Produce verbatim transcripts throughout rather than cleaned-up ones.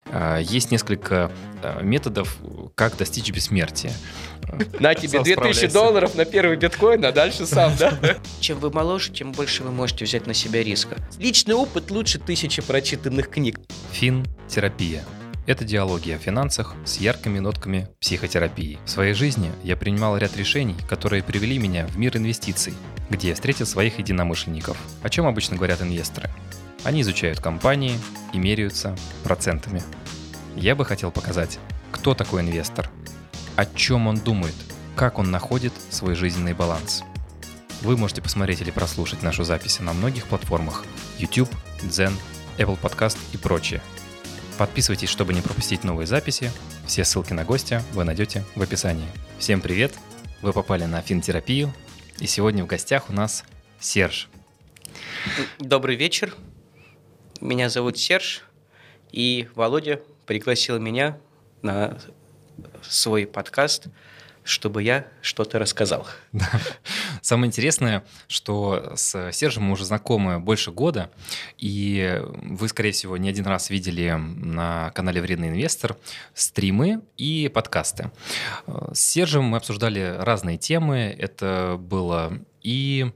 есть несколько методов, как достичь бессмертия. На тебе две тысячи долларов на первый биткоин, а дальше сам, да? Чем вы моложе, тем больше вы можете взять на себя риска. Личный опыт лучше тысячи прочитанных книг. Финтерапия. Это диалоги о финансах с яркими нотками психотерапии. В своей жизни я принимал ряд решений, которые привели меня в мир инвестиций, где я встретил своих единомышленников. О чем обычно говорят инвесторы? Они изучают компании и меряются процентами. Я бы хотел показать, кто такой инвестор, о чем он думает, как он находит свой жизненный баланс. Вы можете посмотреть или прослушать нашу запись на многих платформах: YouTube, Дзен, Apple Podcast и прочее. Подписывайтесь, чтобы не пропустить новые записи. Все ссылки на гостя вы найдете в описании. Всем привет! Вы попали на Финтерапию, и сегодня в гостях у нас Серж. Добрый вечер. Меня зовут Серж, и Володя пригласил меня на свой подкаст, чтобы я что-то рассказал. Да. Самое интересное, что с Сержем мы уже знакомы больше года, и вы, скорее всего, не один раз видели на канале «Вредный инвестор» стримы и подкасты. С Сержем мы обсуждали разные темы. Это было и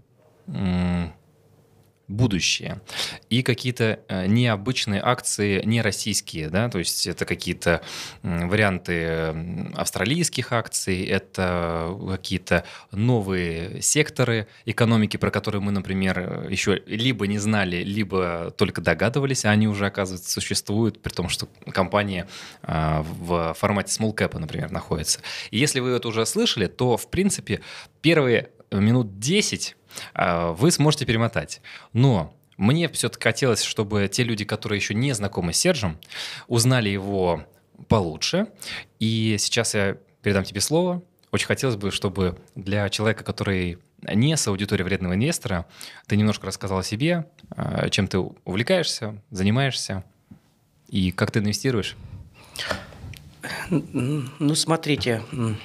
будущее, и какие-то необычные акции, не российские, да, то есть это какие-то варианты австралийских акций, это какие-то новые секторы экономики, про которые мы, например, еще либо не знали, либо только догадывались, а они уже, оказывается, существуют, при том, что компания в формате small cap, например, находится. И если вы это уже слышали, то, в принципе, первые минут десять вы сможете перемотать. Но мне все-таки хотелось, чтобы те люди, которые еще не знакомы с Сержем, узнали его получше. И сейчас я передам тебе слово. Очень хотелось бы, чтобы для человека, который не с аудиторией вредного инвестора, ты немножко рассказал о себе, чем ты увлекаешься, занимаешься и как ты инвестируешь. Ну, смотрите,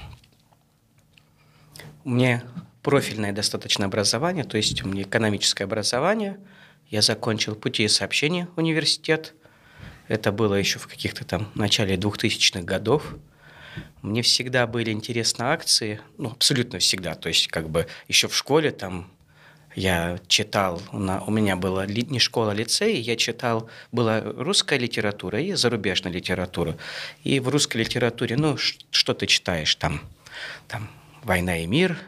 мне профильное достаточно образование, то есть у меня экономическое образование. Я закончил пути и сообщения университет. Это было еще в каких-то там начале двухтысячных годов. Мне всегда были интересны акции, ну, абсолютно всегда. То есть как бы еще в школе там я читал, на, у меня была ли, не школа, а лицей, я читал, была русская литература и зарубежная литература. И в русской литературе, ну, что ты читаешь там? Там «Война и мир»,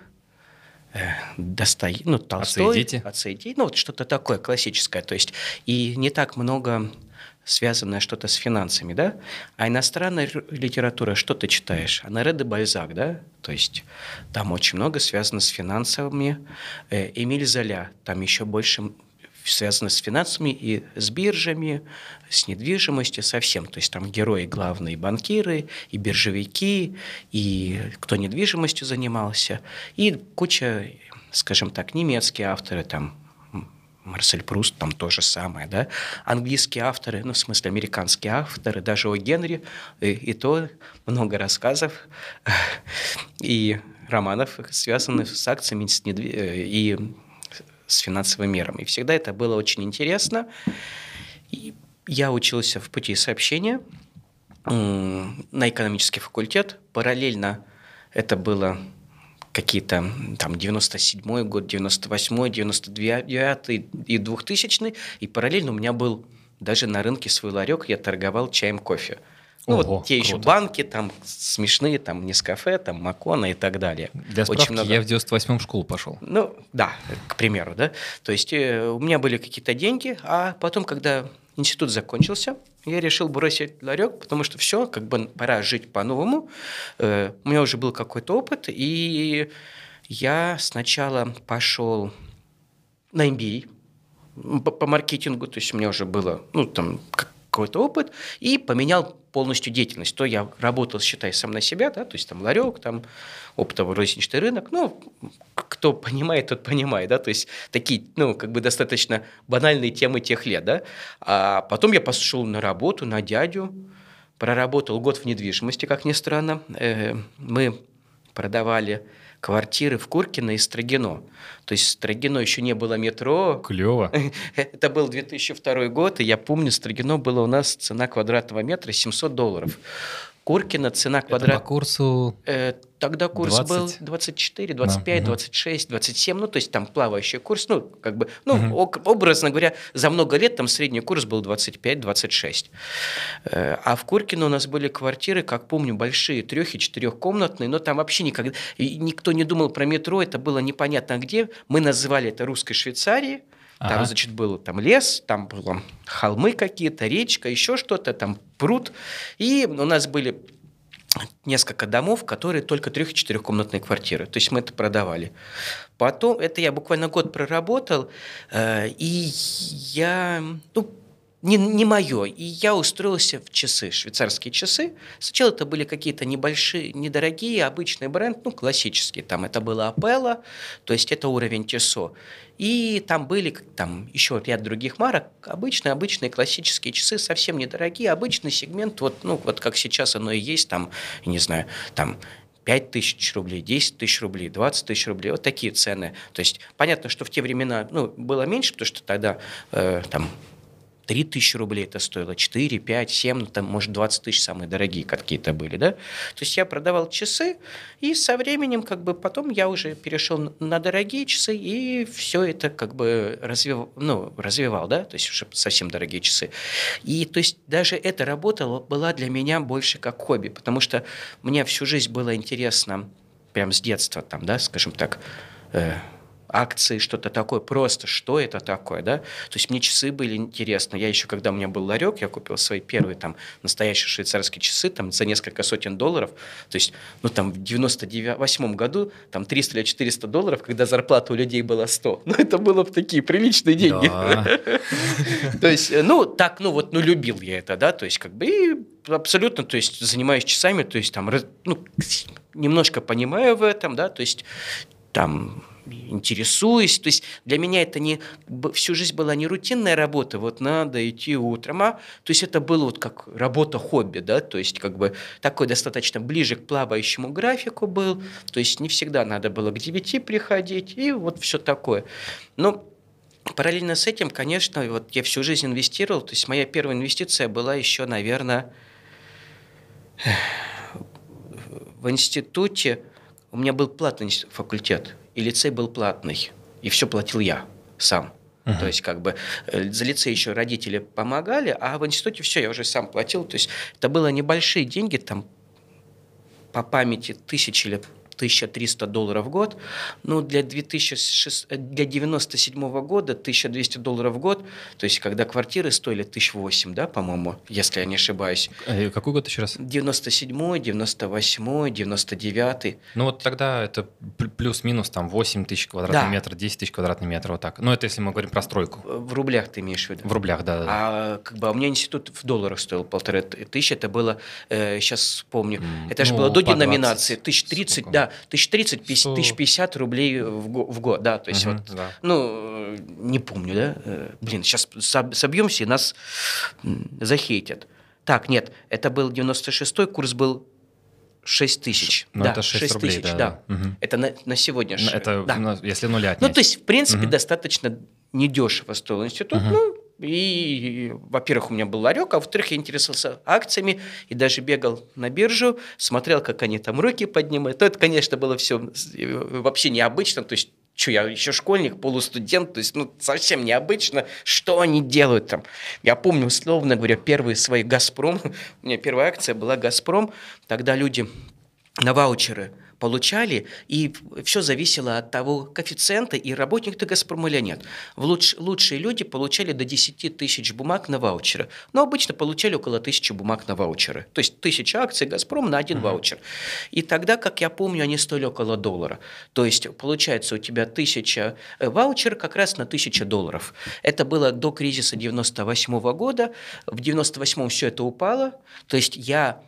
Досто... ну, Толстой, «Отцы и дети», «Отцы и дети», ну, вот что-то такое классическое, то есть, и не так много связанное что-то с финансами, да, а иностранная литература, что ты читаешь? Оноре де Бальзак, да, то есть, там очень много связано с финансами, Эмиль Золя, там еще больше связано с финансами и с биржами, с недвижимостью, совсем. То есть там герои главные банкиры, и биржевики, и кто недвижимостью занимался, и куча, скажем так, немецкие авторы, там Марсель Пруст, там то же самое, да, английские авторы, ну, в смысле, американские авторы, даже о Генри, и, и то много рассказов и романов, связанных с акциями с недвиж... и с финансовым миром. И всегда это было очень интересно. И я учился в пути сообщения на экономический факультет. Параллельно это было какие-то там девяносто седьмой год, девяносто восьмой, девяносто девятый и двухтысячный. И параллельно у меня был даже на рынке свой ларек, я торговал чаем, кофе. Ну, Ого, вот те круто. еще банки, там смешные, там Нескафе, там Макона и так далее. Для справки, Очень много... я в девяносто восьмом в школу пошел. Ну, да, к примеру, да. То есть э, у меня были какие-то деньги, а потом, когда институт закончился, я решил бросить ларек, потому что все, как бы пора жить по-новому. Э, у меня уже был какой-то опыт, и я сначала пошел на эм би эй по, по маркетингу, то есть у меня уже было, ну, там, какой-то опыт, и поменял полностью деятельность. То я работал, считай, сам на себя, да, то есть там ларек, там оптовый розничный рынок, ну, кто понимает, тот понимает, да, то есть такие, ну, как бы достаточно банальные темы тех лет, да. А потом я пошел на работу, на дядю, проработал год в недвижимости, как ни странно. Мы продавали квартиры в Куркино и Строгино. То есть в Строгино еще не было метро. Клево. Это был две тысячи второй год, и я помню, Строгино было у нас цена квадратного метра семьсот долларов. Куркино цена квадрат... Это по курсу... Э, тогда курс двадцать? был двадцать четыре, двадцать пять, Да, двадцать шесть, двадцать семь, ну, то есть там плавающий курс, ну, как бы, ну, Мгм. ок- образно говоря, за много лет там средний курс был двадцать пять - двадцать шесть. Э, а в Куркино у нас были квартиры, как помню, большие, трех- и четырехкомнатные, но там вообще никогда, и никто не думал про метро, это было непонятно где, мы называли это русской Швейцарией. Там, Ага. значит, был там лес, там было холмы какие-то, речка, еще что-то, там пруд. И у нас были несколько домов, которые только трех- и четырехкомнатные квартиры. То есть мы это продавали. Потом, это я буквально год проработал, э, и я, ну, не, не мое. И я устроился в часы, швейцарские часы. Сначала это были какие-то небольшие, недорогие, обычный бренд, ну, классический. Там это было Апелло, то есть это уровень Тесо. И там были там еще ряд других марок, обычные, обычные классические часы, совсем недорогие, обычный сегмент, вот, ну, вот как сейчас оно и есть, там, я не знаю, там, пять тысяч рублей, десять тысяч рублей, двадцать тысяч рублей, вот такие цены. То есть понятно, что в те времена, ну, было меньше, потому что тогда э, там три тысячи рублей это стоило, четыре, пять, семь, ну, там, может, двадцать тысяч самые дорогие какие-то были, да. То есть я продавал часы, и со временем, как бы, потом я уже перешел на дорогие часы, и все это, как бы, развив... ну, развивал, да, то есть уже совсем дорогие часы. И, то есть, даже эта работа была для меня больше как хобби, потому что мне всю жизнь было интересно, прям с детства, там, да, скажем так, э, акции, что-то такое, просто что это такое, да, то есть мне часы были интересны, я еще, когда у меня был ларек, я купил свои первые там настоящие швейцарские часы, там за несколько сотен долларов, то есть, ну там в девяносто восьмом году, там триста или четыреста долларов, когда зарплата у людей была сто, ну это было бы такие приличные деньги, то есть, ну так, ну вот, ну любил я это, да, то есть как бы и абсолютно, то есть занимаюсь часами, то есть там, ну, немножко понимаю в этом, да, то есть там интересуюсь, то есть для меня это не всю жизнь была не рутинная работа, вот надо идти утром, а то есть это было вот как работа-хобби, да, то есть как бы такой достаточно ближе к плавающему графику был, то есть не всегда надо было к девяти приходить и вот все такое. Но параллельно с этим, конечно, вот я всю жизнь инвестировал, то есть моя первая инвестиция была еще, наверное, в институте. У меня был платный факультет, и лицей был платный, и все платил я сам. Uh-huh. То есть, как бы, за лицей еще родители помогали, а в институте все, я уже сам платил. То есть, это было небольшие деньги, там, по памяти, тысячи или тысяча триста долларов в год. Ну, для, две тысячи шестого, для девяносто седьмого года тысяча двести долларов в год, то есть, когда квартиры стоили тысяча восемь, да, по-моему, если я не ошибаюсь. А какой год еще раз? девяносто седьмой, девяносто восьмой, девяносто девятый. Ну, вот тогда это плюс-минус там восемь тысяч квадратных да. метров, десять тысяч квадратных метров, вот так. Ну, это если мы говорим про стройку. В рублях ты имеешь в виду? В рублях, да. да. А как бы, у меня институт в долларах стоил полторы тысячи, это было, э, сейчас вспомню, mm, это же ну, было до деноминации, тысяча тридцать, да, тысяча тридцать, тысяча пятьдесят рублей в, го, в год, да, то есть uh-huh, вот, да. ну, не помню, да, блин, сейчас собьемся и нас захейтят. Так, нет, это был девяносто шестой, курс был шесть тысяч. Ну, да, это шесть, шесть рублей, тысяч, да. да. Угу. Это на, на сегодня. Это, да. на, если нуля отнять. Ну, то есть, в принципе, угу. достаточно недешево стоил институт. Угу. Ну, и, во-первых, у меня был ларек, а во-вторых, я интересовался акциями и даже бегал на биржу, смотрел, как они там руки поднимают. То это, конечно, было все вообще необычно, то есть что, я еще школьник, полустудент, то есть, ну, совсем необычно, что они делают там. Я помню, условно говоря, первые свои «Газпром», у меня первая акция была «Газпром», тогда люди на ваучеры получали, и все зависело от того коэффициента, и работник ты «Газпром» или нет. Луч, лучшие люди получали до десять тысяч бумаг на ваучеры, но обычно получали около тысячи бумаг на ваучеры. То есть тысяча акций «Газпром» на один uh-huh. ваучер. И тогда, как я помню, они стоили около доллара. То есть получается у тебя тысяча ваучер как раз на тысячу долларов. Это было до кризиса девяносто восьмого года. В девяносто восьмом все это упало. То есть я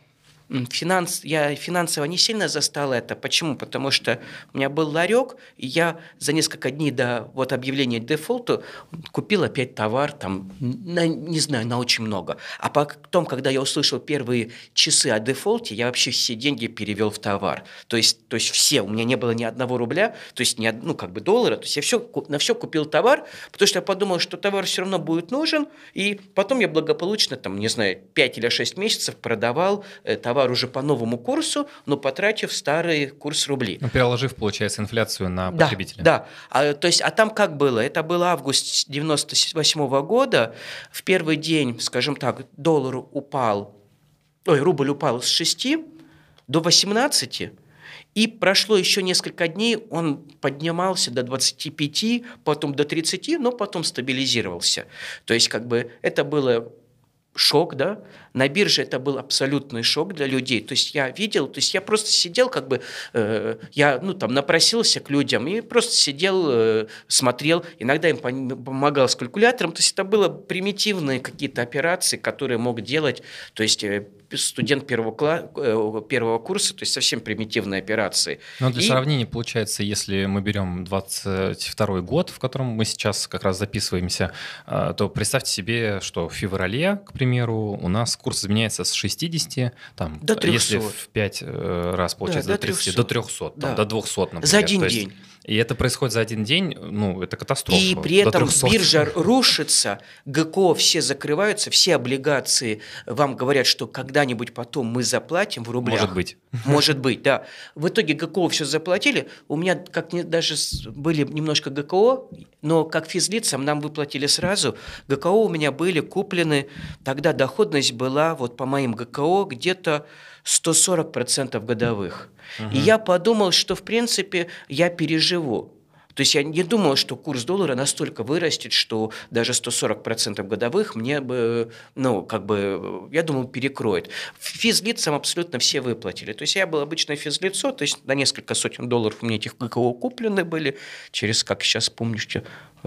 Финанс, я финансово не сильно застал это. Почему? Потому что у меня был ларек, и я за несколько дней до вот объявления дефолта купил опять товар, там, на, не знаю, на очень много. А потом, когда я услышал первые часы о дефолте, я вообще все деньги перевел в товар. То есть, то есть все, у меня не было ни одного рубля, то есть ни ну, как бы доллара, то есть я все, на все купил товар, потому что я подумал, что товар все равно будет нужен, и потом я благополучно, там, не знаю, пять или шесть месяцев продавал э, товар уже по новому курсу, но потратив старый курс рублей. Ну, переложив, получается, инфляцию на да, потребителя. Да, а, то есть, а там как было? Это был август девяносто восьмого года. В первый день, скажем так, доллар упал, ой, рубль упал с шести до восемнадцати, и прошло еще несколько дней, он поднимался до двадцати пяти, потом до тридцати, но потом стабилизировался. То есть, как бы, это было... шок, да, на бирже это был абсолютный шок для людей, то есть я видел, то есть я просто сидел, как бы, э, я, ну, там, напросился к людям и просто сидел, э, смотрел, иногда им помогал с калькулятором, то есть это было примитивные какие-то операции, которые мог делать, то есть э, студент первого, класса, э, первого курса, то есть совсем примитивные операции. Но для и... сравнения, получается, если мы берем двадцать второй год, в котором мы сейчас как раз записываемся, э, то представьте себе, что в феврале, к примеру, примеру, у нас курс изменяется с шестидесяти, там, до трехсот. Если в пять раз, получается, да, до тридцати, до трехсот, да. там, до двухсот, например. За один То день. Есть, и это происходит за один день, ну, это катастрофа. И при этом биржа рушится, ГКО все закрываются, все облигации вам говорят, что когда-нибудь потом мы заплатим в рублях. Может быть. Может быть, да. В итоге ГКО все заплатили. У меня как даже были немножко ГКО, но как физлицам нам выплатили сразу. ГКО у меня были куплены, тогда доходность была, вот по моим ГКО, где-то сто сорок процентов годовых. Угу. И я подумал, что, в принципе, я переживу. То есть я не думал, что курс доллара настолько вырастет, что даже сто сорок процентов годовых мне бы, ну, как бы, я думал, перекроет. Физлицам абсолютно все выплатили. То есть я был обычное физлицо, то есть на несколько сотен долларов у меня этих ГКО куплены были, через, как сейчас помню, что...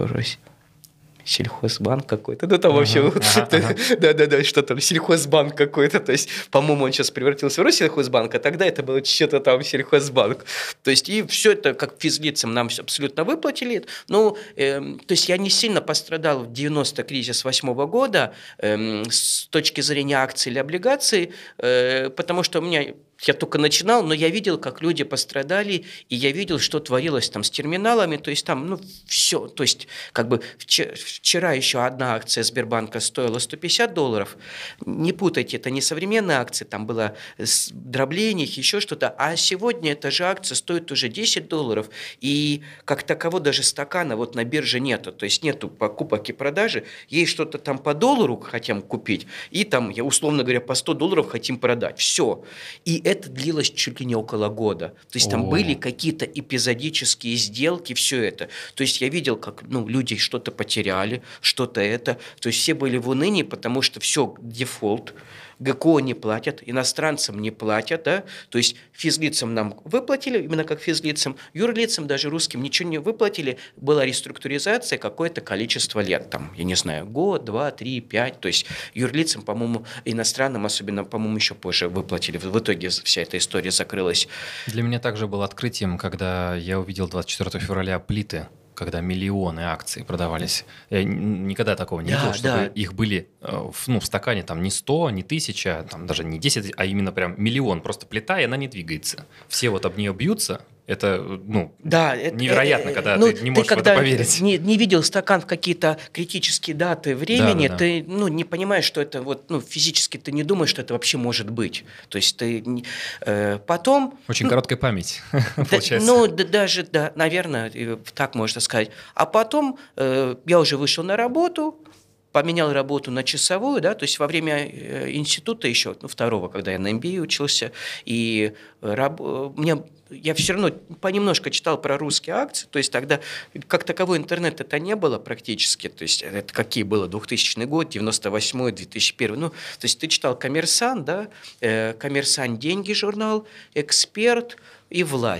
Сельхозбанк какой-то, ну там вообще, да-да-да, что там, сельхозбанк какой-то, то есть, по-моему, он сейчас превратился в Россельхозбанк, а тогда это было что-то там сельхозбанк, то есть, и все это как физлицам нам абсолютно выплатили, ну, э, то есть, я не сильно пострадал в девяносто кризис восьмого года э, с точки зрения акций или облигаций, э, потому что у меня... Я только начинал, но я видел, как люди пострадали, и я видел, что творилось там с терминалами, то есть там, ну, все, то есть, как бы вчера еще одна акция Сбербанка стоила сто пятьдесят долларов, не путайте, это не современная акция, там было дробление, еще что-то, а сегодня эта же акция стоит уже десять долларов, и как такового даже стакана вот на бирже нету, то есть нету покупок и продажи, есть что-то там по доллару хотим купить, и там, я условно говоря, по сто долларов хотим продать, все, и это длилось чуть ли не около года. То есть там О. были какие-то эпизодические сделки, все это. То есть я видел, как ну, люди что-то потеряли, что-то это. То есть все были в унынии, потому что все, дефолт, ГКО не платят, иностранцам не платят, да? То есть физлицам нам выплатили, именно как физлицам, юрлицам, даже русским ничего не выплатили, была реструктуризация какое-то количество лет, там, я не знаю, год, два, три, пять, то есть юрлицам, по-моему, иностранным, особенно, по-моему, еще позже выплатили, в итоге вся эта история закрылась. Для меня также было открытием, когда я увидел двадцать четвёртого февраля плиты, когда миллионы акций продавались. Я никогда такого не да, видел, чтобы да. их были ну, в стакане там не сто, не тысяча, там, даже не десять, а именно прям миллион. Просто плита, и она не двигается. Все вот об нее бьются. Это ну, да, невероятно, это, когда ну, ты не можешь ты, в это поверить. Не, не видел стакан в какие-то критические даты времени, да, да, ты да. ну, не понимаешь, что это вот, ну, физически ты не думаешь, что это вообще может быть. То есть ты э, потом... Очень ну, короткая память, да, получается. Ну, да, даже, да, наверное, так можно сказать. А потом э, я уже вышел на работу, поменял работу на часовую, да, то есть во время э, института еще, ну, второго, когда я на эм би эй учился, и раб, мне, я все равно понемножку читал про русские акции, то есть тогда как таковой интернета-то не было практически, то есть это какие было, двухтысячный год, девяносто восьмой, две тысячи первый, ну, то есть ты читал «Коммерсант», да, э, «Коммерсант. Деньги» журнал, «Эксперт», и «Власть».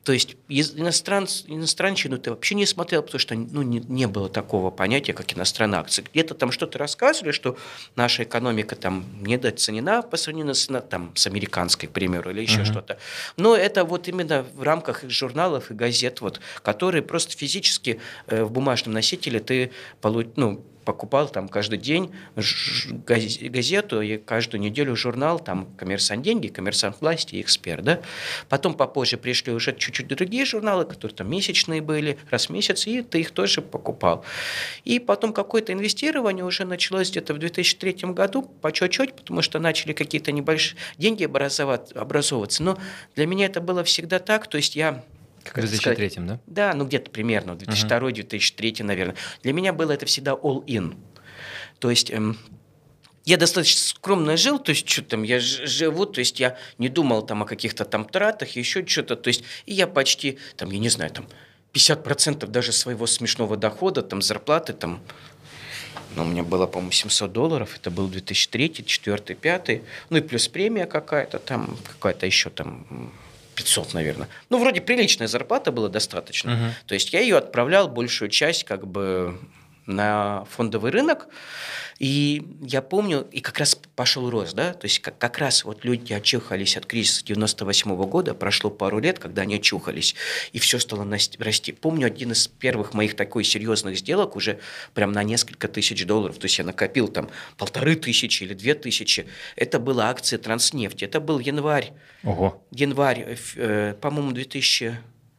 То есть иностран, иностранщину ты вообще не смотрел, потому что ну, не, не было такого понятия, как иностранные акции. Где-то там что-то рассказывали, что наша экономика там недооценена по сравнению с, там, с американской, к примеру, или еще uh-huh. что-то. Но это вот именно в рамках журналов и газет, вот, которые просто физически э, в бумажном носителе ты получ, ну, покупал там каждый день газету и каждую неделю журнал, там «Коммерсант деньги», «Коммерсант власти» и «Эксперт». Да? Потом попозже пришли уже чуть-чуть другие журналы, которые там месячные были, раз в месяц, и ты их тоже покупал. И потом какое-то инвестирование уже началось где-то в две тысячи третьем году, по чуть-чуть, потому что начали какие-то небольшие деньги образовываться. Но для меня это было всегда так, то есть я... Как в две тысячи третьем, да? Да, ну где-то примерно, две тысячи второй - две тысячи третий, наверное. Для меня было это всегда all-in. То есть эм, я достаточно скромно жил, то есть что там, я живу, то есть я не думал там о каких-то там тратах, еще что-то, то есть и я почти, там, я не знаю, там пятьдесят процентов даже своего смешного дохода, там зарплаты, там, ну, у меня было, по-моему, семьсот долларов, это был две тысячи третий, две тысячи четвёртый, две тысячи пятый, ну и плюс премия какая-то там, какая-то еще там... пятьсот, наверное. Ну, вроде приличная зарплата была достаточно. Uh-huh. То есть я ее отправлял большую часть как бы на фондовый рынок. И я помню, и как раз пошел рост, да, то есть как, как раз вот люди очухались от кризиса девяносто восьмого года, прошло пару лет, когда они очухались, и все стало расти. Помню, один из первых моих такой серьезных сделок уже прям на несколько тысяч долларов, то есть я накопил там полторы тысячи или две тысячи, это была акция Транснефти, это был январь, Ого. январь, э, по-моему, две тысячи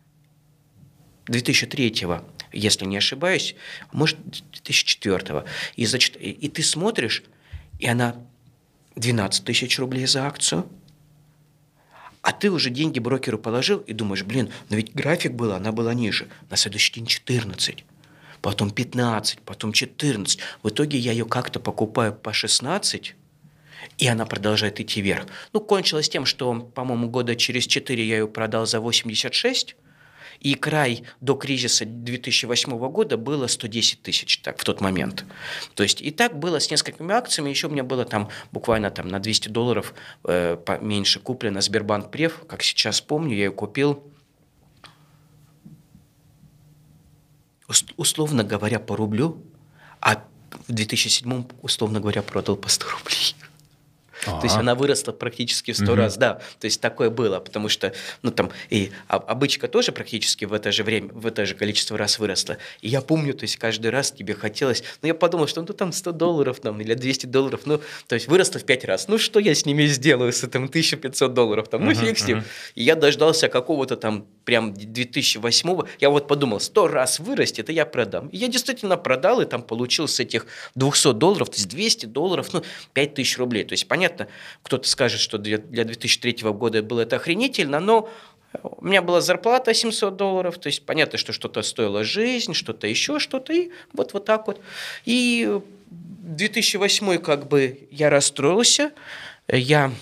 третьего, если не ошибаюсь, может, две тысячи четвёртого. И, значит, и, и ты смотришь, и она двенадцать тысяч рублей за акцию, а ты уже деньги брокеру положил и думаешь, блин, но ведь график был, она была ниже. На следующий день четырнадцать, потом пятнадцать, потом четырнадцать. В итоге я ее как-то покупаю по шестнадцать, и она продолжает идти вверх. Ну, кончилось тем, что, по-моему, года через четыре я ее продал за восемьдесят шесть, и край до кризиса две тысячи восьмого года было сто десять тысяч так, в тот момент. То есть и так было с несколькими акциями. Еще у меня было там буквально там, на двести долларов э, меньше куплено Сбербанк Прев. Как сейчас помню, я ее купил, условно говоря, по рублю, а в две тысячи седьмом, условно говоря, продал по сто рублей. А-а. То есть она выросла практически в сто угу. раз, да. То есть такое было, потому что, ну там, и обычка тоже практически в это же время, в это же количество раз выросла. И я помню, то есть каждый раз тебе хотелось, ну я подумал, что ну там сто долларов там, или двести долларов, ну, то есть выросла в пять раз. Ну что я с ними сделаю, с этим тысяча пятьсот долларов там, ну uh-huh, фиг с ним. Uh-huh. И я дождался какого-то там прям две тысячи восьмого, я вот подумал, сто раз вырастет, и я продам. И я действительно продал, и там получил с этих двухсот долларов, то есть двести долларов, ну, пять тысяч рублей. То есть, понятно, кто-то скажет, что для, для две тысячи третьего года было это охренительно, но у меня была зарплата семьсот долларов, то есть понятно, что что-то стоило жизнь, что-то еще, что-то, и вот, вот так вот. И две тысячи восьмой как бы я расстроился, я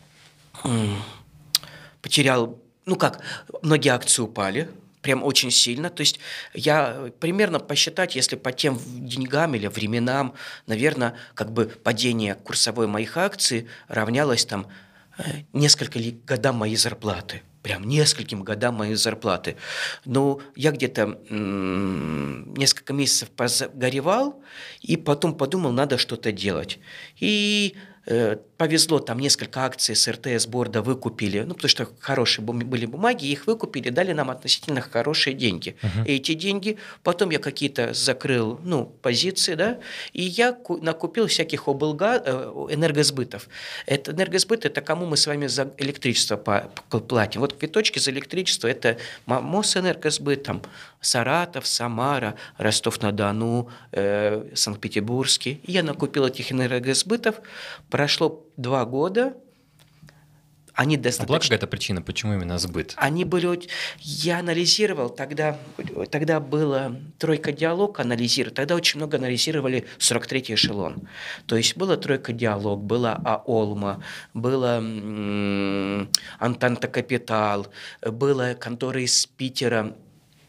потерял, ну как, многие акции упали, прям очень сильно. То есть я примерно посчитать, если по тем деньгам или временам, наверное, как бы падение курсовой моих акций равнялось там несколько годам моей зарплаты. Прям нескольким годам моей зарплаты. Но я где-то м- несколько месяцев позагоревал, и потом подумал, надо что-то делать. И э, повезло, там несколько акций с эр тэ эс-борда выкупили, ну, потому что хорошие были бумаги, их выкупили, дали нам относительно хорошие деньги. Uh-huh. И эти деньги, потом я какие-то закрыл, ну, позиции, да, и я ку- накупил всяких облга, э, энергосбытов. Это энергосбыт, это кому мы с вами за электричество платим. Вот квиточки за электричество, это Мосэнергосбыт, там, Саратов, Самара, Ростов-на-Дону, э, Санкт-Петербургский. И я накупил этих энергосбытов. Прошло два года. Они достаточно... А была какая-то причина, почему именно сбыт? Они были... Я анализировал, тогда, тогда была тройка диалог, анализировал, тогда очень много анализировали сорок третий эшелон. То есть была тройка диалог, была АОЛМА, была м- Антанта Капитал, была контора из Питера,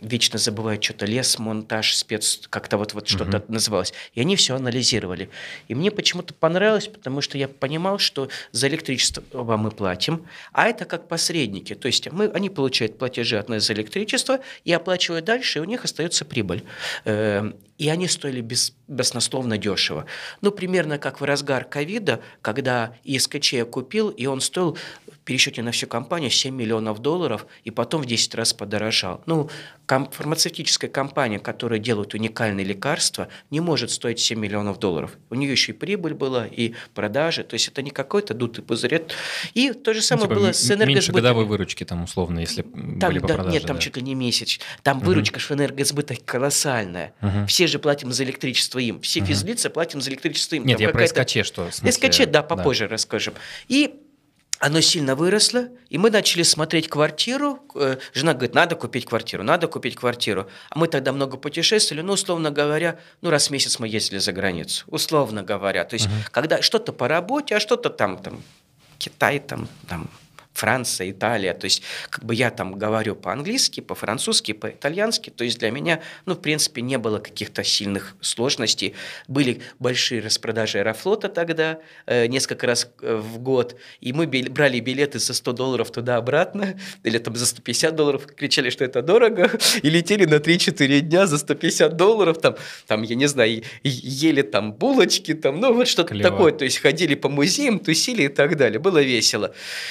вечно забывают что-то, лесмонтаж, спец, как-то вот, вот что-то Мгм. называлось. И они все анализировали. И мне почему-то понравилось, потому что я понимал, что за электричество мы платим, а это как посредники. То есть мы, они получают платежи от нас за электричество и оплачивают дальше, и у них остается прибыль. Э, И они стоили без, баснословно дешево. Ну, примерно как в разгар ковида, когда и эс ка че я купил, и он стоил в пересчете на всю компанию семь миллионов долларов, и потом в десять раз подорожал. Ну, ком- фармацевтическая компания, которая делает уникальные лекарства, не может стоить семь миллионов долларов. У нее еще и прибыль была, и продажи. То есть это не какой-то дутый пузырь. И то же Ну, самое типа, было м- с меньше энергосбытами. годовой выручки там условно, если м, Там, были по да, продаже. нет, там да. чуть ли не месяц. Там Мгм. выручка в энергосбытах колоссальная. Мгм. Все же платим за электричество им. Все Мгм. физлицы платим за электричество им. Нет, Там я про какая-то- эс ка че, что в смысле, эс ка че, да, попозже расскажем. И оно сильно выросло, и мы начали смотреть квартиру. Э, Жена говорит, надо купить квартиру, надо купить квартиру. А мы тогда много путешествовали, ну, условно говоря, ну, раз в месяц мы ездили за границу, условно говоря. То есть, Мгм. когда что-то по работе, а что-то там, там, Китай, там, там, Франция, Италия, то есть как бы я там говорю по-английски, по-французски, по-итальянски, то есть для меня, ну, в принципе, не было каких-то сильных сложностей. Были большие распродажи Аэрофлота тогда, э, несколько раз э, в год, и мы бил- брали билеты за сто долларов туда-обратно, или там за сто пятьдесят долларов, кричали, что это дорого, и летели на три-четыре дня за сто пятьдесят долларов, там, там я не знаю, и- и ели там булочки, там, ну, вот что-то Клево. такое, то есть ходили по музеям, тусили и так далее, было весело.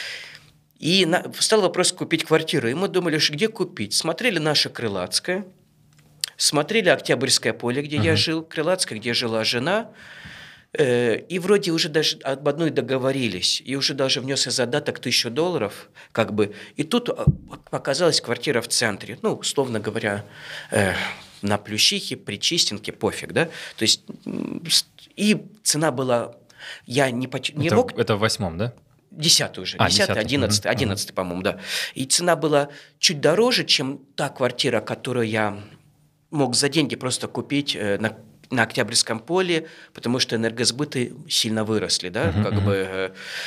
И на- встал вопрос купить квартиру. И мы думали, что где купить. Смотрели наше Крылатское, смотрели Октябрьское поле, где я Мгм. жил, Крылатское, где жила жена. Э, И вроде уже даже об одной договорились. И уже даже внес я задаток тысячу долларов. Как бы. И тут а, показалась квартира в центре. Ну, условно говоря, э, на Плющихе, Причистенке, пофиг, да? То есть, м, с- и цена была... Я не, поч- не Это, мог... это в восьмом, да? Десятый уже, А, десятый, десятый. одиннадцатый, Мгм, одиннадцатый, по-моему, да. И цена была чуть дороже, чем та квартира, которую я мог за деньги просто купить э, на, на Октябрьском поле, потому что энергосбыты сильно выросли, да, Мгм, как мгм. бы. э,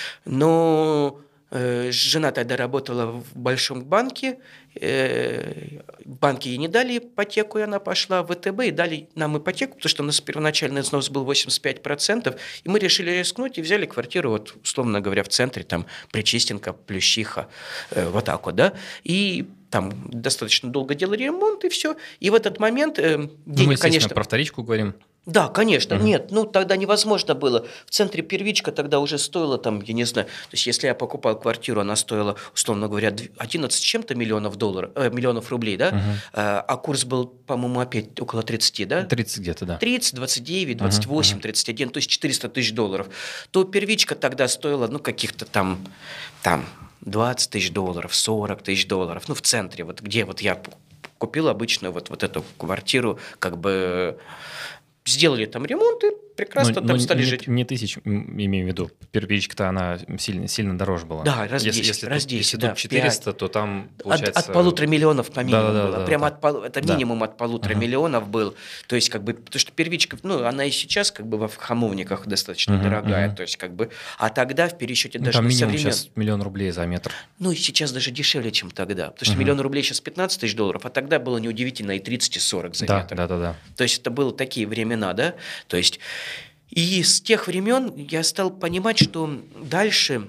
Но э, жена тогда работала в большом банке, э, в банке ей не дали ипотеку, и она пошла в вэ тэ бэ и дали нам ипотеку, потому что у нас первоначальный взнос был восемьдесят пять процентов, и мы решили рискнуть и взяли квартиру, вот, условно говоря, в центре, там, Причистенка, Плющиха, э, вот так вот, да, и там достаточно долго делали ремонт, и все, и в этот момент э, Ну, мы, денег, естественно, конечно... про вторичку говорим. Да, конечно, Мгм. нет, ну тогда невозможно было. В центре первичка тогда уже стоила там, я не знаю, то есть если я покупал квартиру, она стоила, условно говоря, дв- одиннадцать с чем-то миллионов долларов, э, миллионов рублей, да, Мгм. а, а курс был, по-моему, опять около тридцати, да? тридцать где-то, да. тридцать, двадцать девять, Мгм, двадцать восемь, мгм. тридцать один, то есть четыреста тысяч долларов, то первичка тогда стоила, ну, каких-то там, там двадцать тысяч долларов, сорок тысяч долларов, ну, в центре, вот где вот я п- купил обычную вот, вот эту квартиру, как бы сделали там ремонт и прекрасно Ну, там ну, стали не, жить. не тысяч, м, имею в виду. Первичка-то она сильно, сильно дороже была. Да, раз если, десять, если раз тут, десять, если да, тут четыреста, то там От, получается... от полутора миллионов по минимуму Да-да-да, было. да, Прямо да. от пол- это Да. минимум от полутора Мгм. миллионов был. То есть, как бы, потому что первичка, ну, она и сейчас, как бы, в Хамовниках достаточно Мгм, дорогая. мгм. То есть, как бы, а тогда в пересчете Ну, даже там на минимум современ- сейчас миллион рублей за метр. Ну, и сейчас даже дешевле, чем тогда. Потому что Мгм. миллион рублей сейчас пятнадцать тысяч долларов, а тогда было неудивительно и тридцать, и сорок за Да, метр. да, да, да. То есть это были такие времена, да? То есть и с тех времен я стал понимать, что дальше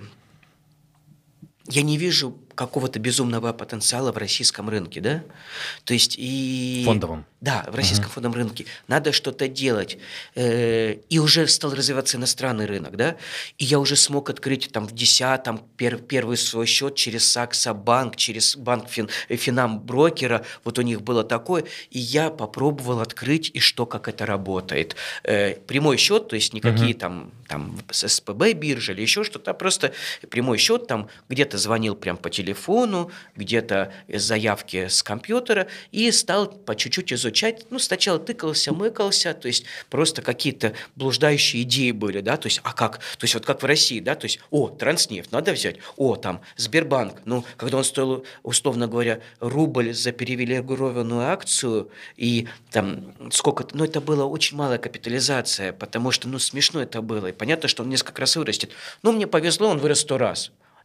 я не вижу какого-то безумного потенциала в российском рынке, да? То есть и... Фондовом. Да, в российском Мгм. фондовом рынке. Надо что-то делать. Э, И уже стал развиваться иностранный рынок, да? И я уже смог открыть там в десятом пер- первый свой счет через Сакса Банк, через банк фин, Финам-брокера. Вот у них было такое. И я попробовал открыть, и что, как это работает. Э, Прямой счет, то есть никакие Мгм. там, там с эс пэ бэ биржи или еще что-то, а просто прямой счет, там где-то звонил прям по телефону, где-то заявки с компьютера, и стал по чуть-чуть изучать. Ну, сначала тыкался, мыкался, то есть просто какие-то блуждающие идеи были, да, то есть, а как? То есть вот как в России, да, то есть, о, Транснефть, надо взять, о, там, Сбербанк, ну, когда он стоил, условно говоря, рубль за перевалированную акцию, и там сколько-то, ну, это была очень малая капитализация, потому что, ну, смешно это было, и понятно, что он несколько раз вырастет. Ну, мне повезло, он вырос сто раз.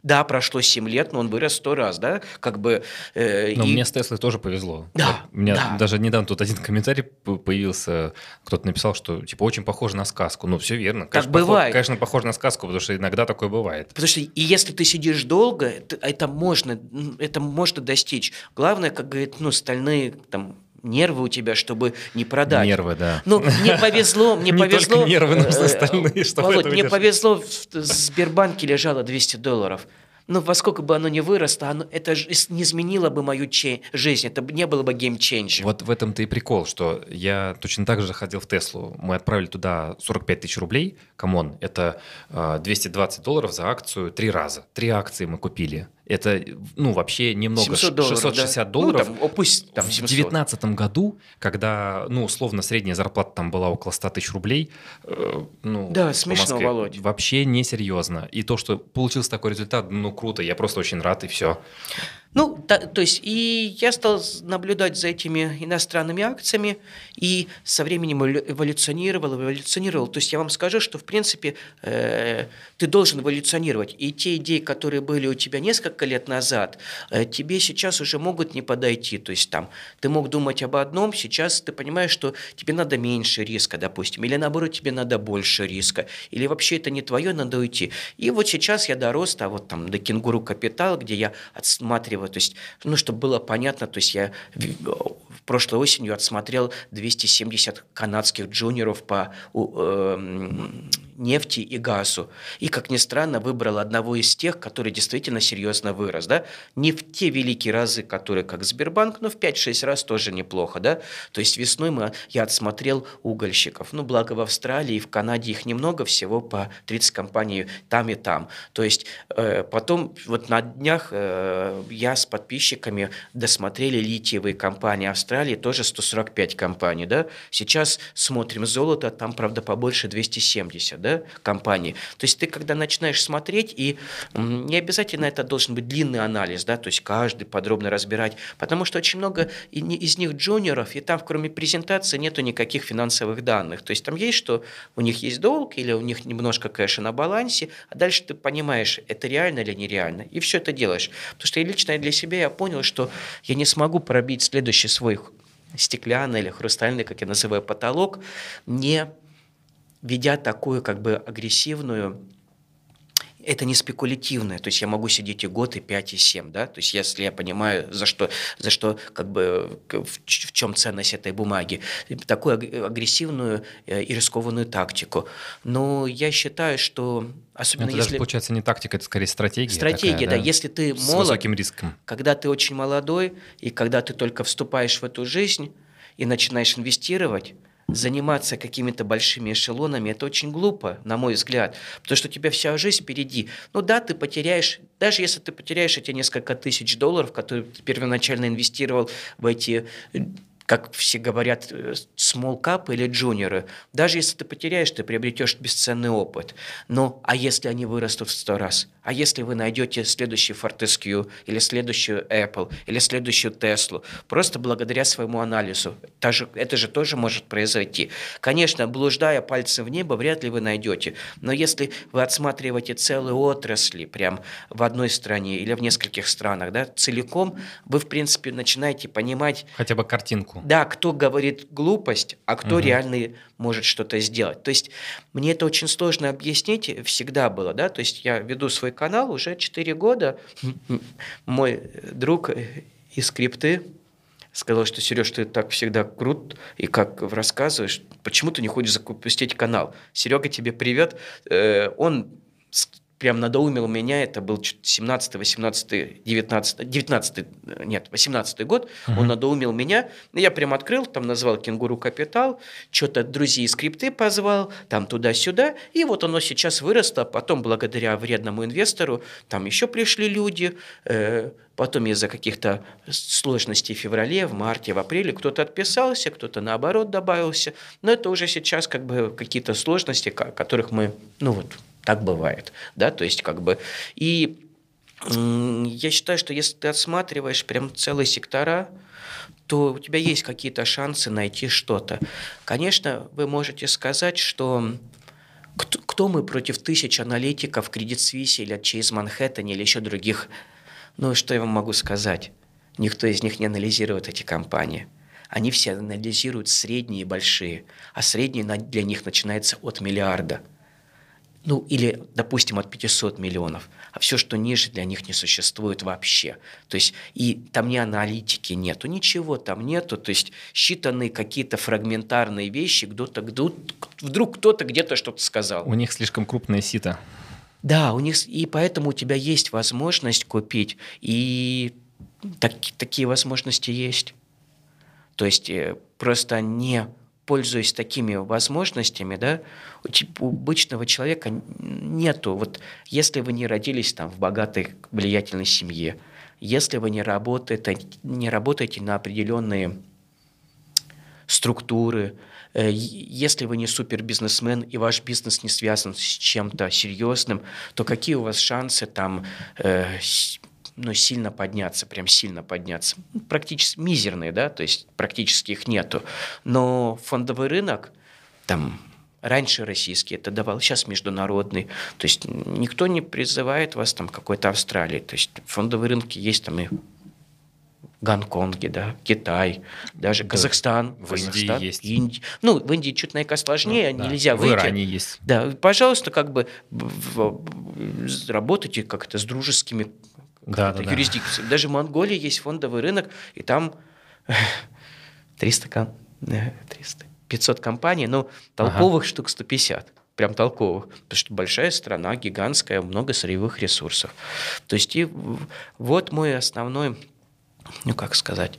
Да, прошло семь лет, но он вырос сто раз, да, как бы... Э, но и... мне с Теслой тоже повезло. Да, У меня да. даже недавно тут один комментарий появился, кто-то написал, что, типа, очень похоже на сказку. Ну, все верно. Так конечно, бывает. Похоже, конечно, похоже на сказку, потому что иногда такое бывает. Потому что и если ты сидишь долго, это, это можно, это можно достичь. Главное, как говорит, ну, стальные, там, нервы у тебя, чтобы не продать. Нервы, да. Ну, мне повезло, мне не повезло. Только нервы нужны остальные, чтобы Володь, это мне выдержать. повезло, в Сбербанке лежало двести долларов. Ну, во сколько бы оно ни выросло, оно, это не изменило бы мою чей, жизнь, это не было бы геймчейнджером. Вот в этом-то и прикол, что я точно так же ходил в Теслу. Мы отправили туда сорок пять тысяч рублей. Камон, это э, двести двадцать долларов за акцию три раза. Три акции мы купили. Это, ну, вообще немного. семьсот долларов, шестьсот шестьдесят да? долларов. Ну, там, пусть там семьсот. В девятнадцатом году, когда, ну, условно, средняя зарплата там была около сто тысяч рублей, э, ну, да, смешно, Москве, Володь. Вообще несерьезно. И то, что получился такой результат, ну, круто. Я просто очень рад, и все. Ну, та, то есть, и я стал наблюдать за этими иностранными акциями, и со временем эволюционировал, эволюционировал. То есть, я вам скажу, что, в принципе, э, ты должен эволюционировать. И те идеи, которые были у тебя несколько лет назад, э, тебе сейчас уже могут не подойти. То есть, там, ты мог думать об одном, сейчас ты понимаешь, что тебе надо меньше риска, допустим, или, наоборот, тебе надо больше риска, или вообще это не твое, надо уйти. И вот сейчас я дорос, а вот там до «Кенгуру Капитал», где я отсматриваю. То есть, ну, чтобы было понятно, то есть я в прошлой осенью отсмотрел двести семьдесят канадских джуниоров по э, нефти и газу. И, как ни странно, выбрал одного из тех, который действительно серьезно вырос. Да? Не в те великие разы, которые как Сбербанк, но в пять-шесть раз тоже неплохо. Да? То есть весной мы, я отсмотрел угольщиков. Ну, благо в Австралии и в Канаде их немного, всего по тридцать компаний там и там. То есть э, потом вот на днях э, я с подписчиками досмотрели литиевые компании Австралии, тоже сто сорок пять компаний, да. Сейчас смотрим золото, там, правда, побольше двести семьдесят, да, компаний. То есть ты, когда начинаешь смотреть, и не обязательно это должен быть длинный анализ, да, то есть каждый подробно разбирать, потому что очень много из них джуниоров, и там, кроме презентации, нету никаких финансовых данных. То есть там есть, что у них есть долг, или у них немножко кэша на балансе, а дальше ты понимаешь, это реально или нереально, и все это делаешь. Потому что я лично для себя я понял, что я не смогу пробить следующий свой стеклянный или хрустальный, как я называю, потолок, не ведя такую как бы агрессивную. Это не спекулятивное, то есть я могу сидеть и год, и пять, и семь, да, то есть если я понимаю, за что, за что как бы, в, в чем ценность этой бумаги, такую агрессивную и рискованную тактику. Но я считаю, что особенно это если... даже, получается, не тактика, это скорее стратегия. Стратегия, такая, да, да, если ты с молод, высоким риском. Когда ты очень молодой, и когда ты только вступаешь в эту жизнь и начинаешь инвестировать, заниматься какими-то большими эшелонами, это очень глупо, на мой взгляд, потому что у тебя вся жизнь впереди. Ну да, ты потеряешь, даже если ты потеряешь эти несколько тысяч долларов, которые ты первоначально инвестировал в эти, как все говорят, small cap или джуниоры, даже если ты потеряешь, ты приобретешь бесценный опыт. Но, а если они вырастут в сто раз? А если вы найдете следующий Fortescue, или следующую Apple, или следующую Tesla, просто благодаря своему анализу? Это же тоже может произойти. Конечно, блуждая пальцем в небо, вряд ли вы найдете. Но если вы отсматриваете целые отрасли прям в одной стране или в нескольких странах, да, целиком, вы, в принципе, начинаете понимать... Хотя бы картинку. Да, кто говорит глупость, а кто угу. реально может что-то сделать. То есть мне это очень сложно объяснить, всегда было, да, то есть я веду свой канал уже четыре года. Мой друг из крипты сказал, что, Сереж, ты так всегда крут, и как рассказываешь, почему ты не хочешь запустить канал? Серега тебе привет. Он прям надоумил меня, это был семнадцатый, восемнадцатый, девятнадцатый, девятнадцатый, нет, восемнадцатый год, uh-huh. он надоумил меня, я прям открыл, там назвал «Кенгуру Капитал», что-то друзей из крипты позвал, там туда-сюда, и вот оно сейчас выросло, потом благодаря вредному инвестору, там еще пришли люди, э, потом из-за каких-то сложностей в феврале, в марте, в апреле кто-то отписался, кто-то наоборот добавился, но это уже сейчас как бы какие-то сложности, которых мы, ну вот, так бывает, да, то есть как бы, и м- я считаю, что если ты отсматриваешь прям целые сектора, то у тебя есть какие-то шансы найти что-то. Конечно, вы можете сказать, что Кто, кто мы против тысяч аналитиков Credit Suisse или Chase Manhattan или еще других? Ну, что я вам могу сказать? Никто из них не анализирует эти компании. Они все анализируют средние и большие, а средние для них начинается от миллиарда. Ну, или, допустим, от пятисот миллионов. А все, что ниже, для них не существует вообще. То есть, и там ни аналитики нету, ничего там нету. То есть, считанные какие-то фрагментарные вещи, кто-то, вдруг кто-то где-то что-то сказал. У них слишком крупное сито. Да, у них, и поэтому у тебя есть возможность купить, и так, такие возможности есть. То есть, просто не пользуясь такими возможностями, да, у обычного человека нету. Вот если вы не родились там в богатой, влиятельной семье, если вы не работаете, не работаете на определенные структуры, если вы не супербизнесмен и ваш бизнес не связан с чем-то серьезным, то какие у вас шансы там э, ну, сильно подняться, прям сильно подняться? Практически мизерные, да, то есть практически их нету. Но фондовый рынок, там, раньше российский это давал, сейчас международный. То есть никто не призывает вас там какой-то Австралии. То есть фондовые рынки есть там и в Гонконге, да, Китай, даже да, Казахстан. В Казахстан, Индии есть. Инди... Ну, в Индии чуть наверное сложнее, ну, нельзя да. выйти. В Иране есть. Да, пожалуйста, как бы работайте как-то с дружескими да, да, юрисдикциями. Да. Даже в Монголии есть фондовый рынок, и там триста, триста, пятьсот компаний, но толковых ага. штук сто пятьдесят. Прям толковых, потому что большая страна, гигантская, много сырьевых ресурсов. То есть и вот мой основной, ну как сказать,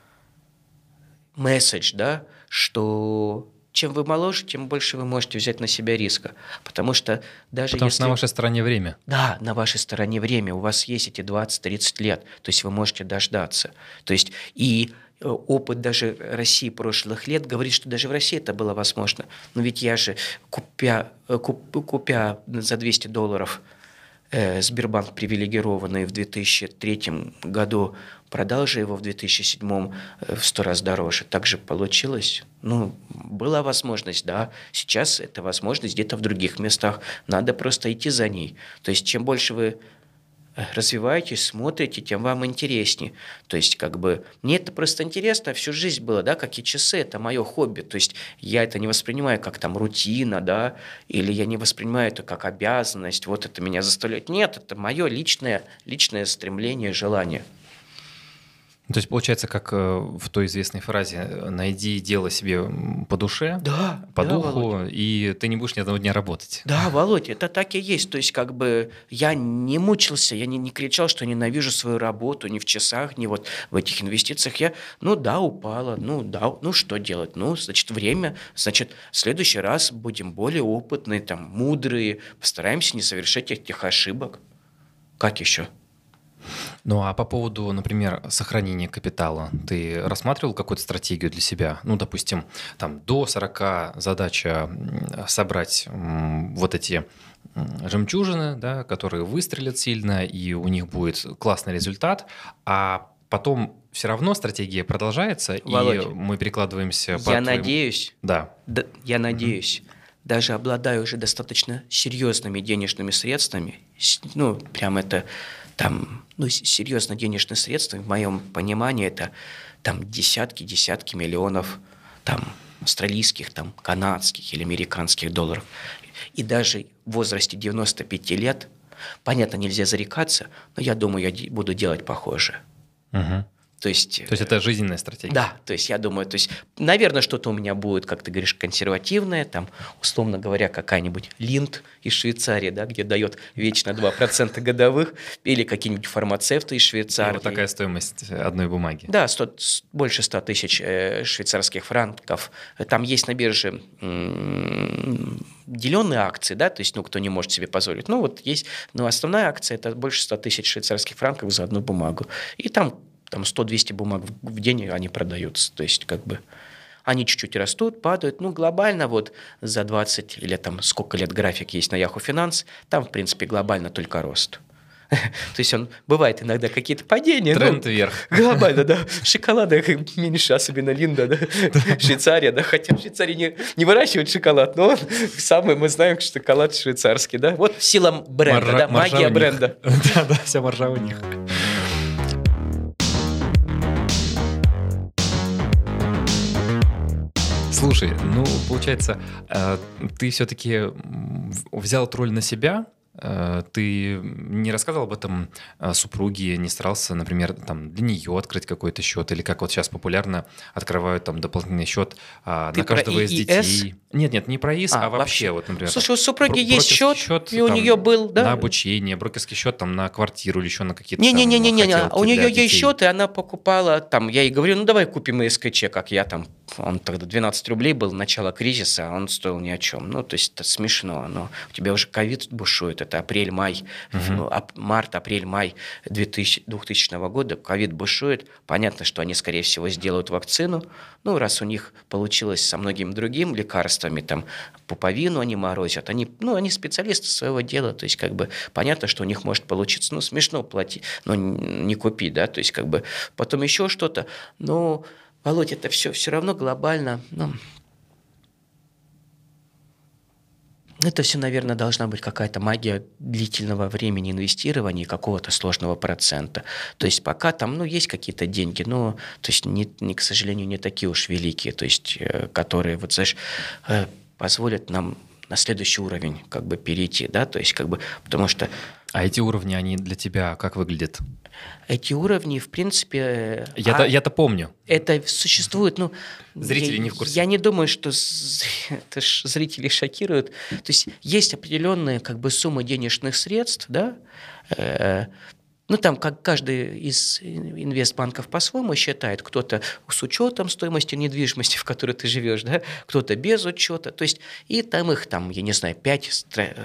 месседж, да, что чем вы моложе, тем больше вы можете взять на себя риска, потому что даже потому если... что на вашей стороне время. Да, на вашей стороне время, у вас есть эти двадцать-тридцать лет, то есть вы можете дождаться, то есть и опыт даже России прошлых лет говорит, что даже в России это было возможно. Но ведь я же, купя, куп, купя за двести долларов э, Сбербанк привилегированный в две тысячи третьем году, продал же его в две тысячи седьмом в сто раз дороже. Так же получилось. Ну, была возможность, да. Сейчас эта возможность где-то в других местах. Надо просто идти за ней. То есть чем больше вы развиваетесь, смотрите, тем вам интереснее. То есть, как бы, мне это просто интересно, всю жизнь было, да, как и часы, это мое хобби. То есть, я это не воспринимаю как там рутина, да, или я не воспринимаю это как обязанность, вот это меня заставляет. Нет, это мое личное, личное стремление, желание. То есть, получается, как в той известной фразе «найди дело себе по душе, да, по да, духу, Володь. И ты не будешь ни одного дня работать». Да, Володь, это так и есть. То есть, как бы, я не мучился, я не, не кричал, что ненавижу свою работу ни в часах, ни вот в этих инвестициях. Я, ну да, упала, ну да, ну что делать? Ну, значит, время, значит, в следующий раз будем более опытные, там, мудрые, постараемся не совершать этих ошибок. Как еще? Ну, а по поводу, например, сохранения капитала, ты рассматривал какую-то стратегию для себя? Ну, допустим, там до сорока задача собрать вот эти жемчужины, да, которые выстрелят сильно, и у них будет классный результат, а потом все равно стратегия продолжается, Володь, и мы перекладываемся... Я по надеюсь, твоим... да. да, я надеюсь, mm-hmm. даже обладая уже достаточно серьезными денежными средствами, ну, прям это... Там, ну, серьезно, денежные средства, в моем понимании, это там десятки, десятки миллионов там, австралийских, там, канадских или американских долларов. И даже в возрасте девяноста пяти лет, понятно, нельзя зарекаться, но я думаю, я буду делать похоже. Угу. То есть, то есть это жизненная стратегия? Да, то есть я думаю, то есть, наверное, что-то у меня будет, как ты говоришь, консервативное, там, условно говоря, какая-нибудь Линд из Швейцарии, да, где дает вечно два процента годовых, или какие-нибудь фармацевты из Швейцарии. И вот такая стоимость одной бумаги. Да, сто, больше ста тысяч э, швейцарских франков. Там есть на бирже м- деленные акции, да, то есть, ну, кто не может себе позволить. Ну, вот есть, но основная акция – это больше ста тысяч швейцарских франков за одну бумагу. И там Там сто-двести бумаг в день они продаются. То есть, как бы, они чуть-чуть растут, падают. Ну, глобально вот за двадцать или там сколько лет график есть на Yahoo Finance, там, в принципе, глобально только рост. То есть он бывает иногда какие-то падения. Тренд ну, вверх. Глобально, да. Шоколада меньше, особенно Линда, да. Швейцария, да. Хотя в Швейцарии не, не выращивают шоколад, но он самый, мы знаем, что шоколад швейцарский, да. Вот сила бренда, Маржа, да, магия бренда. Да, да, вся маржа у них. Слушай, ну, получается, ты все-таки взял эту роль на себя. Ты не рассказывал об этом супруге, не старался, например, там, для нее открыть какой-то счет, или как вот сейчас популярно открывают там дополнительный счет а, на каждого из детей. Нет, нет, не про ИС, а, а вообще, вообще, вот, например. Слушай, у супруги есть счет, счет, и у там, нее был, да? На обучение, брокерский счет там на квартиру или еще на какие-то Не-не-не-не, не, у нее есть счет, и она покупала, там, я ей говорю, ну давай купим СКЧ, как я там, он тогда двенадцать рублей был, начало кризиса, а он стоил ни о чем. Ну, то есть это смешно, но у тебя уже ковид бушует, это апрель-май, uh-huh. март, апрель-май двухтысячного года, ковид бушует, понятно, что они, скорее всего, сделают вакцину, ну, раз у них получилось со многими другими лекарствами, там, пуповину они морозят, они, ну, они специалисты своего дела, то есть, как бы, понятно, что у них может получиться, ну, смешно платить, но не купить, да, то есть, как бы, потом еще что-то, но, Володь, это все, все равно глобально, ну, это все, наверное, должна быть какая-то магия длительного времени инвестирования и какого-то сложного процента. То есть пока там, ну, есть какие-то деньги, но, то есть, не, не, к сожалению, не такие уж великие, то есть, которые, вот, знаешь, позволят нам на следующий уровень как бы перейти, да, то есть, как бы, потому что... А эти уровни, они для тебя как выглядят? Эти уровни, в принципе... Я-то, а, я-то помню. Это существует, ну... Зрители я, не в курсе. Я не думаю, что это зрители шокируют. То есть есть определенные как бы суммы денежных средств, да, э, ну, там как каждый из инвестбанков по-своему считает, кто-то с учетом стоимости недвижимости, в которой ты живешь, да, кто-то без учета, то есть, и там их, там, я не знаю, пять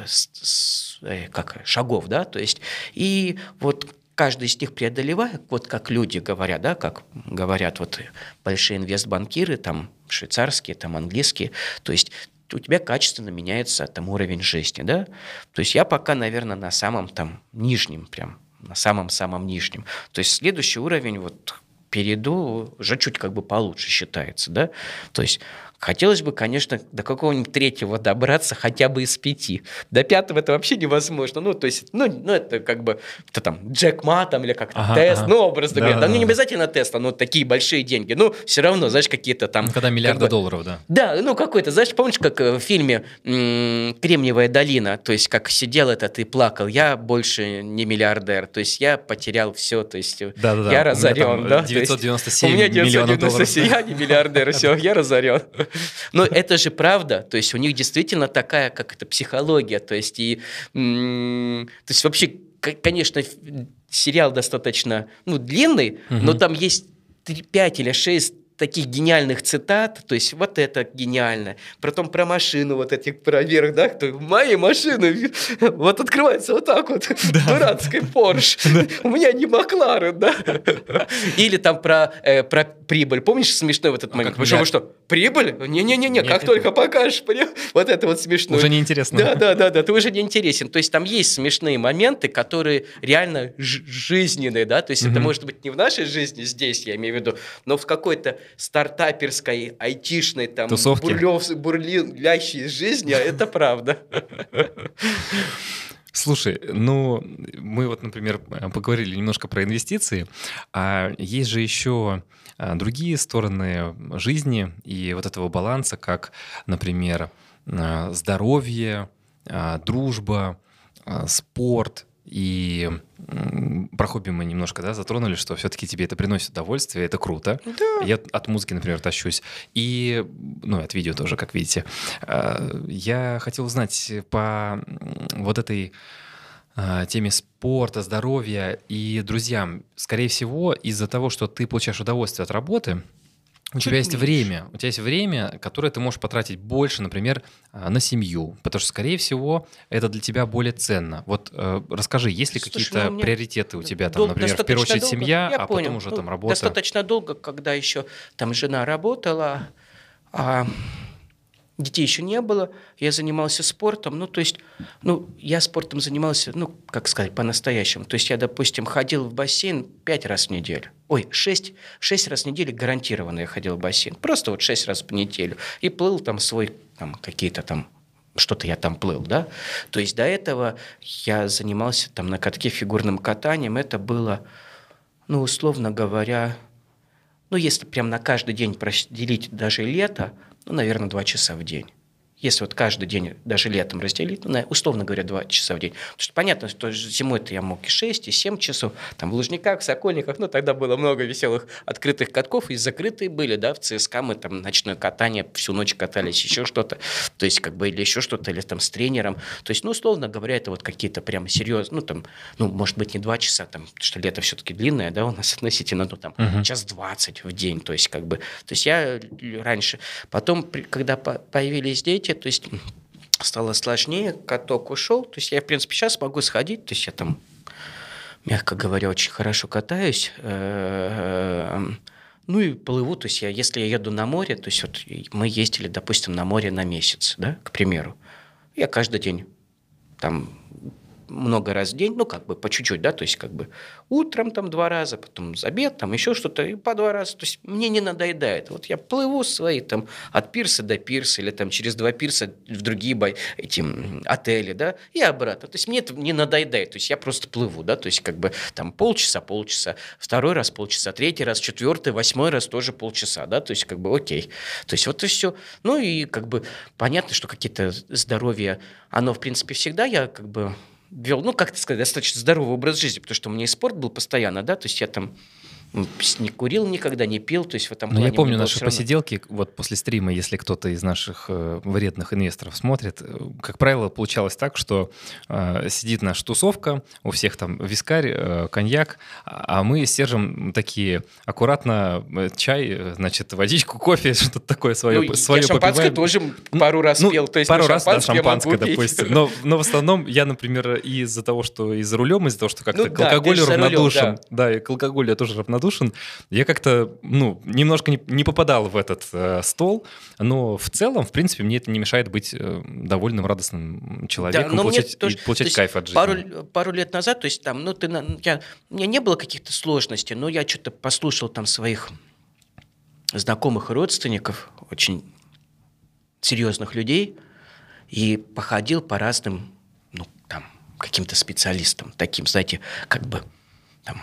как, шагов, да, то есть, и вот каждый из них преодолевая, вот как люди говорят, да, как говорят вот большие инвестбанкиры, там, швейцарские, там, английские, то есть, у тебя качественно меняется там уровень жизни, да, то есть, я пока, наверное, на самом там нижнем прям, на самом-самом нижнем. То есть следующий уровень, вот перейду, уже чуть как бы получше считается, да. То есть хотелось бы, конечно, до какого-нибудь третьего добраться хотя бы из пяти. До пятого это вообще невозможно. Ну, то есть, ну, ну это как бы, это там, Джек Ма там или как-то ага, тест, ага. ну, образно говоря. Да, да, да, ну, не обязательно тест, но такие большие деньги. Ну, все равно, знаешь, какие-то там... Ну, когда миллиарды как бы, долларов, да. Да, ну, какой-то, знаешь, помнишь, как в фильме м- «Кремниевая долина», то есть, как сидел этот и плакал, я больше не миллиардер, то есть, я потерял все, то есть, да, да, я да. разорен, да. девятьсот девяносто семь у меня миллионов долларов. Я не миллиардер, все, я разорен. Но это же правда, то есть у них действительно такая, как это, психология, то есть и, м- то есть вообще, конечно, сериал достаточно, ну, длинный, угу. но там есть пять или шесть таких гениальных цитат, то есть вот это гениально, потом про машину, вот этих про вверх, да, кто, мои машины, вот открывается вот так вот, да. Дурацкий Порш, да. У меня не Макларен, да, или там про, э, про прибыль, помнишь смешной вот этот а момент, вы что, вы что, прибыль? Не-не-не, как это... только покажешь, вот это вот смешно. Уже неинтересно. Да-да-да, ты уже не интересен, то есть там есть смешные моменты, которые реально ж- жизненные, да, то есть угу. это может быть не в нашей жизни здесь, я имею в виду, но в какой-то стартаперской, айтишной, там, бурлев, бурлящей жизни, а это правда. Слушай, ну, мы вот, например, поговорили немножко про инвестиции, а есть же еще другие стороны жизни и вот этого баланса, как, например, здоровье, дружба, спорт. И про хобби мы немножко, да, затронули, что все-таки тебе это приносит удовольствие, это круто. Да. Я от музыки, например, тащусь. И, ну, от видео тоже, как видите. Я хотел узнать по вот этой теме спорта, здоровья и друзьям. Скорее всего, из-за того, что ты получаешь удовольствие от работы, у тебя есть время, у тебя есть время, которое ты можешь потратить больше, например, на семью, потому что, скорее всего, это для тебя более ценно. Вот э, расскажи, есть ли Слушай, какие-то ну, приоритеты у тебя, там, дол- например, в первую очередь долго, семья, а понял, потом уже ну, там работа? Достаточно долго, когда еще там жена работала, а детей еще не было, я занимался спортом, ну, то есть, ну, я спортом занимался, ну, как сказать, по-настоящему. То есть я, допустим, ходил в бассейн пять раз в неделю. Ой, шесть, шесть раз в неделю гарантированно я ходил в бассейн. Просто вот шесть раз в неделю. И плыл там свой, там, какие-то там, что-то я там плыл, да. То есть до этого я занимался там на катке фигурным катанием. Это было, ну, условно говоря, ну, если прям на каждый день разделить даже лето, ну, наверное, два часа в день. Если вот каждый день, даже летом разделить, ну, условно говоря, два часа в день. Потому что понятно, что зимой-то я мог и шесть, и семь часов, там в Лужниках, в Сокольниках, ну, тогда было много веселых открытых катков, и закрытые были, да, в ЦСКА мы там ночное катание, всю ночь катались, еще что-то, то есть, как бы, или еще что-то, или там с тренером. То есть, ну, условно говоря, это вот какие-то прямо серьезные, ну, там, ну, может быть, не два часа, там, потому что лето все-таки длинное, да, у нас относительно, ну, там, uh-huh. час двадцать в день, то есть, как бы, то есть, я раньше, потом, когда появились дети, то есть стало сложнее, каток ушел, то есть я, в принципе, сейчас могу сходить, то есть я там, мягко говоря, очень хорошо катаюсь, ну и плыву, то есть я, если я еду на море, то есть вот мы ездили, допустим, на море на месяц, да, к примеру, я каждый день там много раз в день, ну, как бы по чуть-чуть, да, то есть как бы утром там два раза, потом за обед, там еще что-то, и по два раза, то есть мне не надоедает. Вот я плыву свои там от пирса до пирса, или там через два пирса в другие эти отели, да, и обратно. То есть мне это не надоедает, то есть я просто плыву, да, то есть как бы там полчаса, полчаса, второй раз полчаса, третий раз, четвертый, восьмой раз тоже полчаса, да, то есть как бы окей. То есть вот и все. Ну и как бы понятно, что какие-то здоровья, оно в принципе всегда, я как бы вел, ну, как-то сказать, достаточно здоровый образ жизни, потому что у меня и спорт был постоянно, да, то есть я там не курил никогда, не пил, то есть в этом плане... Но я помню наши равно... посиделки, вот после стрима, если кто-то из наших э, вредных инвесторов смотрит, как правило, получалось так, что э, сидит наша тусовка, у всех там вискарь, э, коньяк, а мы с Сержем такие аккуратно чай, значит, водичку, кофе, что-то такое свое, ну, свое я шампанское попиваем. тоже пару раз ну, пил, то есть пару раз, да, шампанское, пить. допустим, но, но в основном я, например, из-за того, что и за рулем, из-за того, что как-то ну, к да, алкоголю равнодушен, рулем, да. да, и к алкоголю я тоже равнодушен, я как-то, ну, немножко не, не попадал в этот э, стол, но в целом, в принципе, мне это не мешает быть э, довольным, радостным человеком, да, получать, тоже, получать кайф от жизни. Пару, пару лет назад, то есть там, ну, ты, я, у меня не было каких-то сложностей, но я что-то послушал там своих знакомых и родственников, очень серьезных людей, и походил по разным, ну, там, каким-то специалистам, таким, знаете, как бы, там,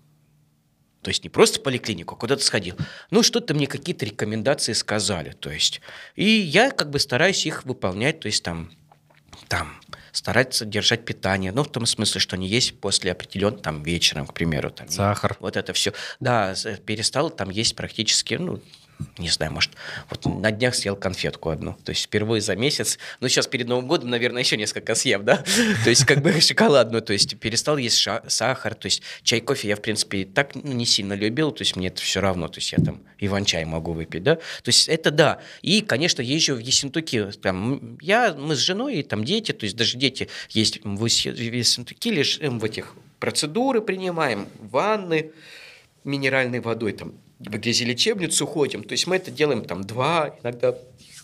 то есть не просто в поликлинику, а куда-то сходил. Ну, что-то мне какие-то рекомендации сказали, то есть. И я как бы стараюсь их выполнять, то есть там, там стараться держать питание, ну, в том смысле, что не есть после определенного, там, вечером, к примеру. Там, сахар. Вот это все. Да, перестал там есть практически, ну, не знаю, может, вот на днях съел конфетку одну, то есть впервые за месяц, ну, сейчас перед Новым годом, наверное, еще несколько съем, да, то есть как бы шоколадную, то есть перестал есть ша- сахар, то есть чай, кофе я, в принципе, так ну, не сильно любил, то есть мне это все равно, то есть я там иван-чай могу выпить, да, то есть это да, и, конечно, езжу в Ессентуки, там, я, мы с женой, и там дети, то есть даже дети есть в Ессентуки, лишь в этих процедуры принимаем, ванны минеральной водой, там, в грязелечебницу ходим, то есть мы это делаем там два, иногда,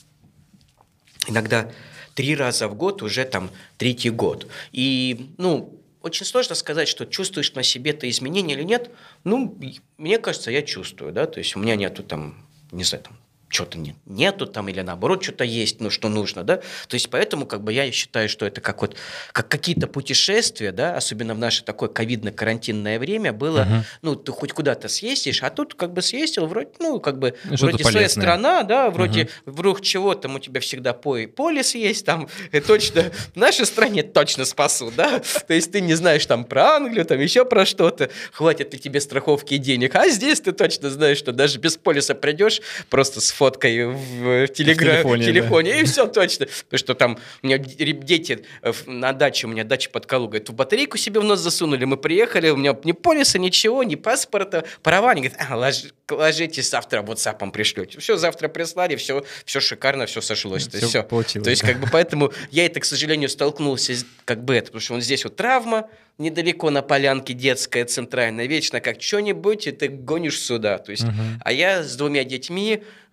иногда три раза в год, уже там третий год. И, ну, очень сложно сказать, что чувствуешь на себе-то изменения или нет. Ну, мне кажется, я чувствую, да, то есть у меня нету там, не знаю, там, что-то нет, нету там, или наоборот, что-то есть, ну, что нужно, да, то есть поэтому, как бы, я считаю, что это как вот, как какие-то путешествия, да, особенно в наше такое ковидно-карантинное время было, uh-huh. ну, ты хоть куда-то съездишь, а тут, как бы, съездил, вроде, ну, как бы, что-то вроде полезное. своя страна, да, вроде, uh-huh. вдруг чего там у тебя всегда полис есть, там, и точно, в нашей стране точно спасут, да, то есть ты не знаешь там про Англию, там еще про что-то, хватит ли тебе страховки и денег, а здесь ты точно знаешь, что даже без полиса придешь, просто с фоткой в, телегра... в телефоне, телефоне да. И все точно. Потому что там у меня дети на даче, у меня дача под Калугой, эту батарейку себе в нос засунули, мы приехали, у меня ни полиса, ничего, ни паспорта, права, они говорят, а, лож... ложитесь, завтра ватсапом пришлете. Все, завтра прислали, все, все шикарно, все сошлось. Все, то есть, все получилось. То есть, как бы, поэтому я это, к сожалению, столкнулся, как бы это, потому что вот здесь вот травма, недалеко на полянке детская, центральная, вечно как что-нибудь, и ты гонишь сюда. То есть, uh-huh. А я с двумя детьми,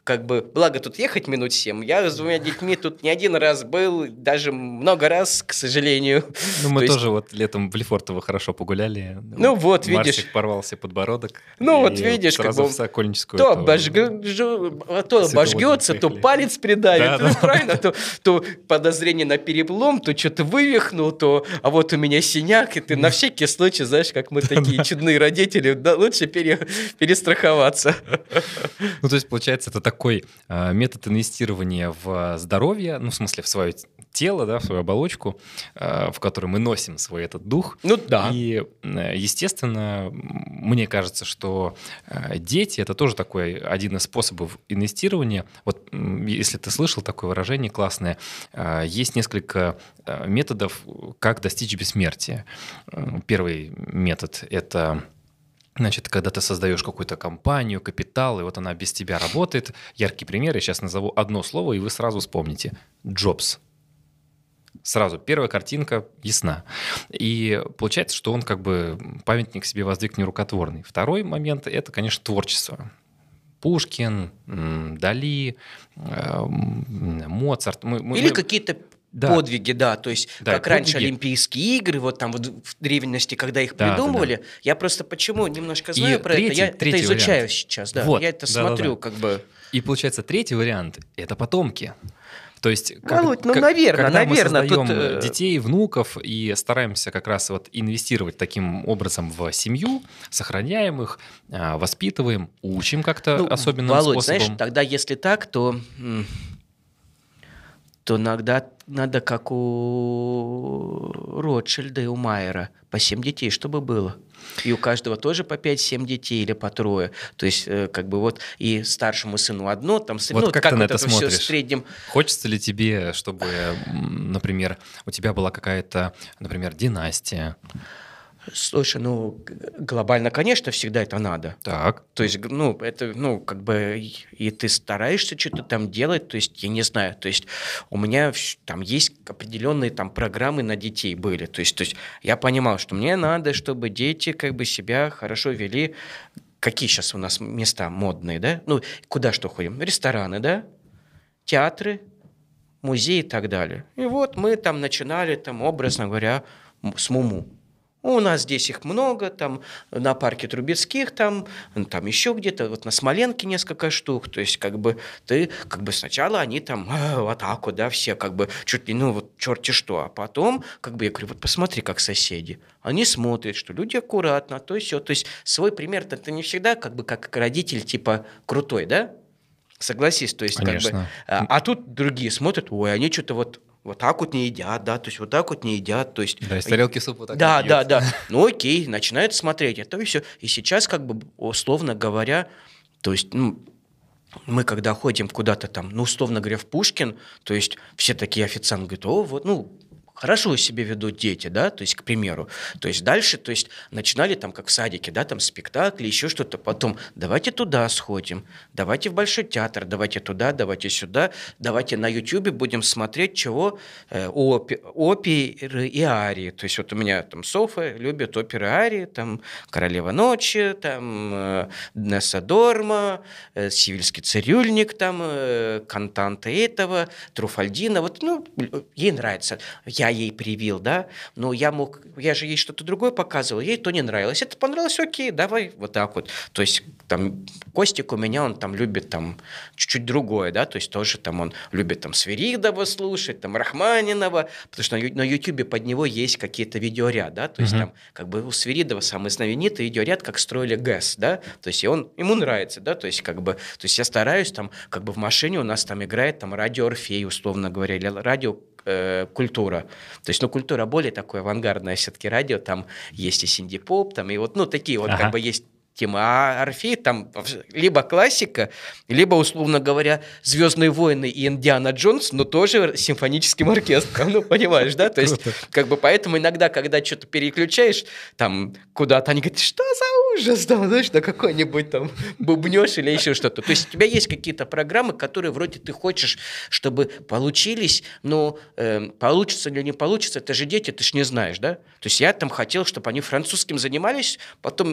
как бы, благо тут ехать минут семь, я с двумя детьми тут не один раз был, даже много раз, к сожалению. Ну, мы То тоже есть... вот летом в Лефортово хорошо погуляли. Ну, вот, Марсик видишь. порвался подбородок. Ну, вот видишь, сразу как бы... в Сокольническую. То, То, обожг... то обожгется, то поехали. палец придавит, Да, ну, да. правильно, то, то подозрение на перелом, то что-то вывихнул, то, а вот у меня синяк, и ты на всякий случай, знаешь, как мы такие чудные родители, да, лучше пере... перестраховаться. Ну, то есть, получается, это такой э, метод инвестирования в здоровье, ну, в смысле, в свое тело, да, в свою оболочку, э, в которой мы носим свой этот дух. Ну, да. И, э, естественно, мне кажется, что э, дети — это тоже такой один из способов инвестирования. Вот м, если ты слышал такое выражение классное, э, есть несколько э, методов, как достичь бессмертия. Э, Первый метод — это... Значит, когда ты создаешь какую-то компанию, капитал, и вот она без тебя работает. Яркий пример, я сейчас назову одно слово, и вы сразу вспомните. Джобс. Сразу первая картинка ясна. И получается, что он как бы памятник себе воздвиг нерукотворный. Второй момент — это, конечно, творчество. Пушкин, Дали, Моцарт. Мы, мы, Или мы... какие-то... Да. Подвиги, да, то есть Да, как подвиги. раньше Олимпийские игры, вот там вот в древности, когда их Да, придумывали, да, да. я просто почему немножко знаю И про третий- это, я третий это изучаю вариант. сейчас, да, Вот, я это да-да-да. смотрю, как бы. И получается, третий вариант — это потомки. То есть, как, Володь, ну, как- наверно, когда наверно, мы создаем тут, э, детей, внуков и стараемся как раз вот инвестировать таким образом в семью, сохраняем их, а, воспитываем, учим как-то Ну, особенным Володь, способом. знаешь, тогда если так, то, м, то иногда надо как у Ротшильда и у Майера по семь детей, чтобы было. И у каждого тоже по пять-семь детей или по трое. То есть, э, как бы вот и старшему сыну одно, там сын, Вот ну, как как ты на вот это это все смотришь? в среднем. Хочется ли тебе, чтобы, м, например, у тебя была какая-то, например, династия? Слушай, ну, г- глобально, конечно, всегда это надо. Так. То есть, г- ну, это, ну, как бы, и и ты стараешься что-то там делать, то есть, я не знаю, то есть, у меня вс- там есть определенные там программы на детей были, то есть, то есть, я понимал, что мне надо, чтобы дети как бы себя хорошо вели. Какие сейчас у нас места модные, да? Ну, куда что ходим? Рестораны, да? Театры, музеи и так далее. И вот мы там начинали, там, образно говоря, м- с Муму. У нас здесь их много, там на парке Трубецких, там, там еще где-то, вот на Смоленке несколько штук. То есть, как бы, ты, как бы, сначала они там, «А, вот так вот, да, все, как бы, чуть ли, ну, вот черти что. А потом, как бы, я говорю, вот посмотри, как соседи. Они смотрят, что люди аккуратно, то есть все. То есть, свой пример-то ты не всегда, как бы, как родитель, типа, крутой, да? Согласись, то есть, как бы, Конечно. а, а тут другие смотрят, ой, они что-то вот, вот так вот не едят, да, то есть вот так вот не едят, то есть... Да, из тарелки супа так Да, не да, пьют. да. Ну окей, начинают смотреть это и все. И сейчас, как бы, условно говоря, то есть, ну, мы когда ходим куда-то там, ну, условно говоря, в Пушкин, то есть все такие официанты говорят, о, вот, ну, хорошо себя ведут дети, да, то есть, к примеру. То есть дальше, то есть начинали там, как в садике, да, там спектакли, еще что-то. Потом давайте туда сходим, давайте в Большой театр, давайте туда, давайте сюда, давайте на Ютубе будем смотреть чего? Э, опи- оперы и арии. То есть вот у меня там Софа любит оперы и арии, там «Королева ночи», там э, Несса Дорма, э, «Сивильский цирюльник», там э, кантанта этого, Труфальдина. Вот, ну, ей нравится. Я ей привил, да, но я мог, я же ей что-то другое показывал, ей то не нравилось. Это понравилось, окей, давай вот так вот. То есть там Костик у меня, он там любит там чуть-чуть другое, да, то есть тоже там он любит там Свиридова слушать, там Рахманинова, потому что на Ю- на Ютубе под него есть какие-то видеоряд, да, то есть Мгм. там как бы у Свиридова самый знаменитый видеоряд, как строили ГЭС, да, то есть и он, ему нравится, да, то есть как бы, то есть я стараюсь там, как бы в машине у нас там играет там радио Орфей, условно говоря, или радио э, культура. То есть, ну, культура более такое авангардное все-таки радио, там есть и синди-поп, там и вот, ну, такие вот Ага. как бы есть темы. А Орфей там либо классика, либо, условно говоря, «Звездные войны» и «Индиана Джонс», но тоже с симфоническим оркестром, ну, понимаешь, да? То есть, как бы, поэтому иногда, когда что-то переключаешь, там, куда-то, они говорят, что за ужас, да, знаешь, на какой-нибудь там бубнёж или еще что-то. То есть, у тебя есть какие-то программы, которые вроде ты хочешь, чтобы получились, но э, получится или не получится, это же дети, ты ж не знаешь, да? То есть, я там хотел, чтобы они французским занимались, потом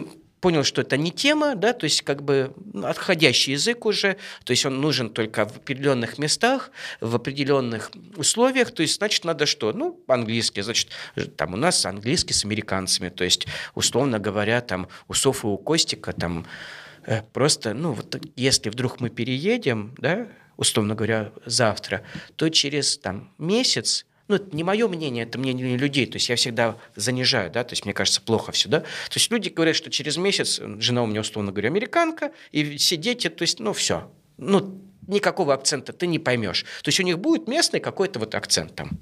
понял, что это не тема, да, то есть как бы отходящий язык уже, то есть он нужен только в определенных местах, в определенных условиях, то есть значит надо что? Ну, английский, значит, там у нас английский с американцами, то есть, условно говоря, там у Софы, у Костика, там э, просто, ну, вот если вдруг мы переедем, да, условно говоря, завтра, то через там месяц, ну, это не мое мнение, это мнение людей, то есть я всегда занижаю, да, то есть мне кажется, плохо все, да, то есть люди говорят, что через месяц, жена у меня, условно говоря, американка, и все дети, то есть, ну, все, ну, никакого акцента ты не поймешь, то есть у них будет местный какой-то вот акцент там,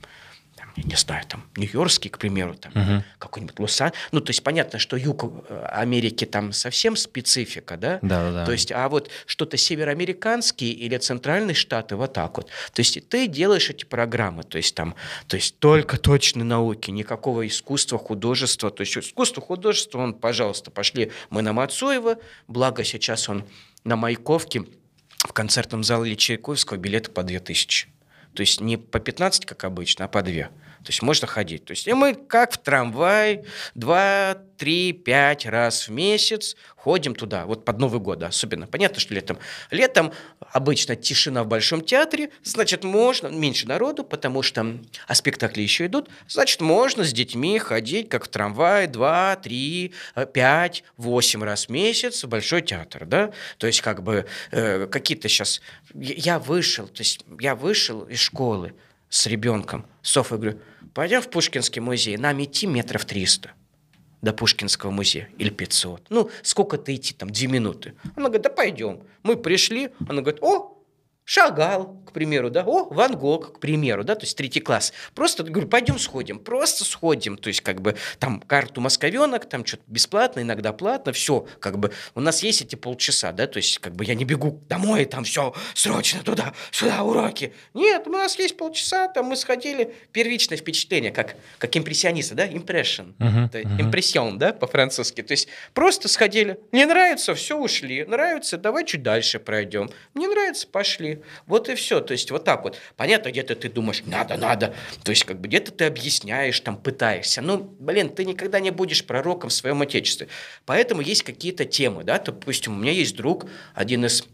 я не знаю, там, нью-йоркский, к примеру, там, uh-huh. какой-нибудь Лос-Анджелес. Ну, то есть, понятно, что юг Америки там совсем специфика, да? Да-да-да. То есть, а вот что-то североамериканские или центральные штаты вот так вот. То есть, ты делаешь эти программы, то есть, там, то есть, только точные науки, никакого искусства, художества. То есть, искусство, художество, он, пожалуйста, пошли мы на Мацуева, благо сейчас он на Маяковке в концертном зале Чайковского билеты по две тысячи. То есть не по пятнадцать, как обычно, а по две. То есть можно ходить. То есть и мы как в трамвай два, три, пять раз в месяц ходим туда, вот под Новый год особенно. Понятно, что летом. Летом обычно тишина в Большом театре, значит, можно, меньше народу, потому что а спектакли еще идут, значит, можно с детьми ходить, как в трамвай, два, три, пять, восемь раз в месяц в Большой театр, да? То есть как бы э, какие-то сейчас... Я вышел, то есть я вышел из школы с ребенком, с Софой, говорю, пойдем в Пушкинский музей, нам идти метров триста до Пушкинского музея, или пятьсот. Ну, сколько-то идти, там, две минуты. Она говорит, да пойдем. Мы пришли, она говорит, о, Шагал, к примеру, да, о, Ван Гог, к примеру, да, то есть третий класс. Просто, говорю, пойдем сходим, просто сходим, то есть как бы там карту московенок, там что-то бесплатно, иногда платно, все, как бы у нас есть эти полчаса, да, то есть как бы я не бегу домой, там все, срочно туда, сюда, уроки. Нет, у нас есть полчаса, там мы сходили, первичное впечатление, как, как импрессионисты, да, impression, uh-huh, uh-huh. импрессион, да, по-французски, то есть просто сходили, не нравится, все, ушли, нравится, давай чуть дальше пройдем, не нравится, пошли. Вот и все. То есть вот так вот. Понятно, где-то ты думаешь, надо, надо. То есть как бы где-то ты объясняешь, там пытаешься. Ну, блин, ты никогда не будешь пророком в своем отечестве. Поэтому есть какие-то темы, да. Допустим, у меня есть друг, один из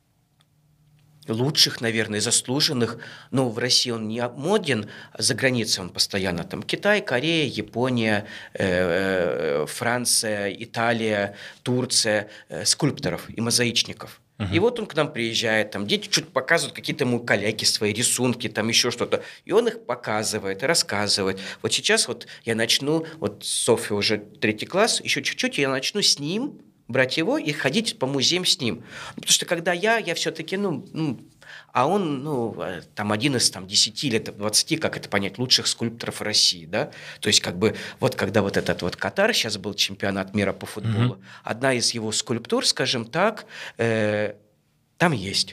лучших, наверное, заслуженных. Ну, в России он не моден, а за границей он постоянно. Там Китай, Корея, Япония, э, э, Франция, Италия, Турция. Э, скульпторов и мозаичников. Uh-huh. И вот он к нам приезжает, там дети что-то показывают, какие-то ему коллеги свои рисунки, там еще что-то. И он их показывает, рассказывает. Вот сейчас вот я начну, вот Софья уже третий класс, еще чуть-чуть я начну с ним брать его и ходить по музеям с ним. Потому что когда я, я все-таки, ну, ну а он, ну, там один из там, десяти или двадцати, как это понять, лучших скульпторов России, да, то есть как бы вот когда вот этот вот Катар, сейчас был чемпионат мира по футболу, mm-hmm. одна из его скульптур, скажем так, э, там есть.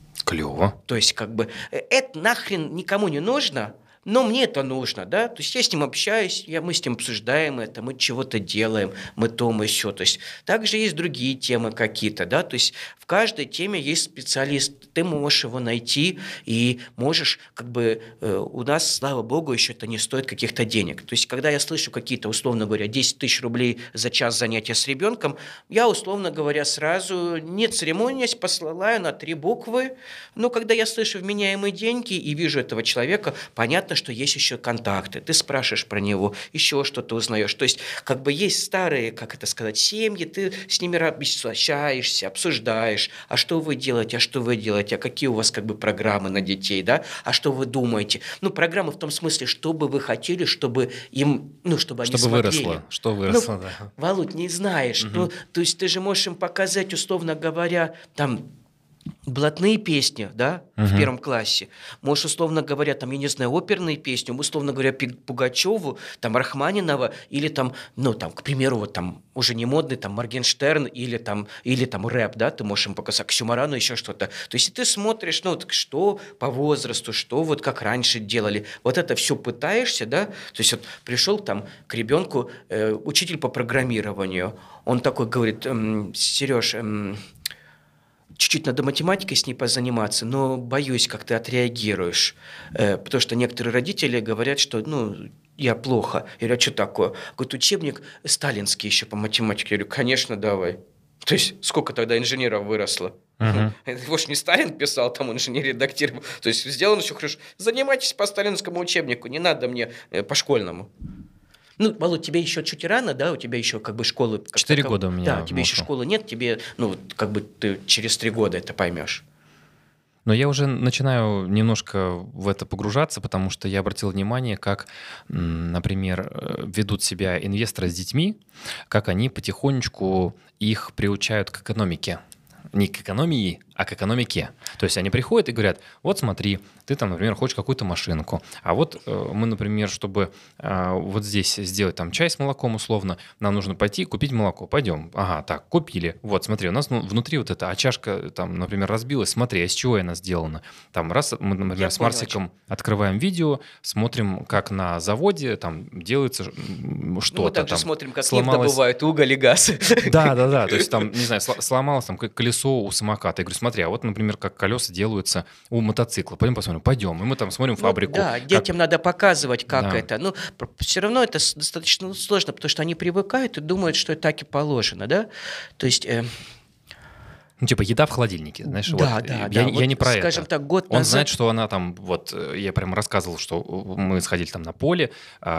Клево. То есть как бы это нахрен никому не нужно, но мне это нужно, да, то есть я с ним общаюсь, я, мы с ним обсуждаем это, мы чего-то делаем, мы то, мы сё, то есть также есть другие темы какие-то, да, то есть в каждой теме есть специалист, ты можешь его найти и можешь, как бы, э, у нас, слава богу, еще это не стоит каких-то денег, то есть когда я слышу какие-то, условно говоря, десять тысяч рублей за час занятия с ребенком, я, условно говоря, сразу, не церемонясь, посылаю на три буквы, но когда я слышу вменяемые деньги и вижу этого человека, понятно, что есть еще контакты, ты спрашиваешь про него, еще что-то узнаешь. То есть, как бы есть старые, как это сказать, семьи, ты с ними общаешься, обсуждаешь, а что вы делаете, а что вы делаете, а какие у вас как бы программы на детей, да, а что вы думаете. Ну, программы в том смысле, что бы вы хотели, чтобы им, ну, чтобы они чтобы смотрели. Выросло, что выросло, ну, да. Володь, не знаешь, угу. ну, то есть ты же можешь им показать, условно говоря, там, блатные песни, да, uh-huh. в первом классе. Можешь, условно говоря, там, я не знаю, оперные песни, условно говоря, Пугачеву, там, Рахманинова, или там, ну, там, к примеру, вот там, уже не модный, там, Моргенштерн, или там, или там рэп, да, ты можешь им показать, Ксюмарану, еще что-то. То есть, и ты смотришь, ну, вот, что по возрасту, что вот как раньше делали, вот это все пытаешься, да, то есть, вот пришел там к ребенку э, учитель по программированию, он такой говорит, эм, Сереж, эм, чуть-чуть надо математикой с ней позаниматься, но боюсь, как ты отреагируешь. Э, потому что некоторые родители говорят, что ну, я плохо. Я говорю, а что такое? Говорит, учебник сталинский еще по математике. Я говорю, конечно, давай. То есть сколько тогда инженеров выросло? Uh-huh. Его ж не Сталин писал, там инженер редактировал. То есть сделано все хорошо. Занимайтесь по сталинскому учебнику, не надо мне э, по школьному. Ну, Володь, тебе еще чуть рано, да, у тебя еще как бы школы... Четыре года у меня. Да, тебе еще школы нет, тебе, ну, как бы ты через три года это поймешь. Но я уже начинаю немножко в это погружаться, потому что я обратил внимание, как, например, ведут себя инвесторы с детьми, как они потихонечку их приучают к экономике. Не к экономии, а к экономике. То есть они приходят и говорят, вот смотри, ты там, например, хочешь какую-то машинку, а вот э, мы, например, чтобы э, вот здесь сделать там чай с молоком условно, нам нужно пойти купить молоко. Пойдем. Ага, так, купили. Вот, смотри, у нас ну, внутри вот это, а чашка там, например, разбилась, смотри, а из чего она сделана? Там раз мы, например, Я с понял, Марсиком открываем видео, смотрим, как на заводе там делается что-то. Ну, мы также там смотрим, как сломалось... нефть добывают, уголь и газ. Да, да, да. То есть там, не знаю, сломалось там колесо у самоката. Я говорю, смотри, а вот, например, как колеса делаются у мотоцикла. Пойдем посмотрим. Пойдем. И мы там смотрим фабрику. Ну, да, как... детям надо показывать, как да. это. Ну, все равно это достаточно сложно, потому что они привыкают и думают, что это так и положено, да? То есть... Э... Ну, типа еда в холодильнике, знаешь, да, вот. да, я, да. я вот, не про скажем это. Скажем так, год Он назад... знает, что она там, вот, я прямо рассказывал, что мы сходили там на поле,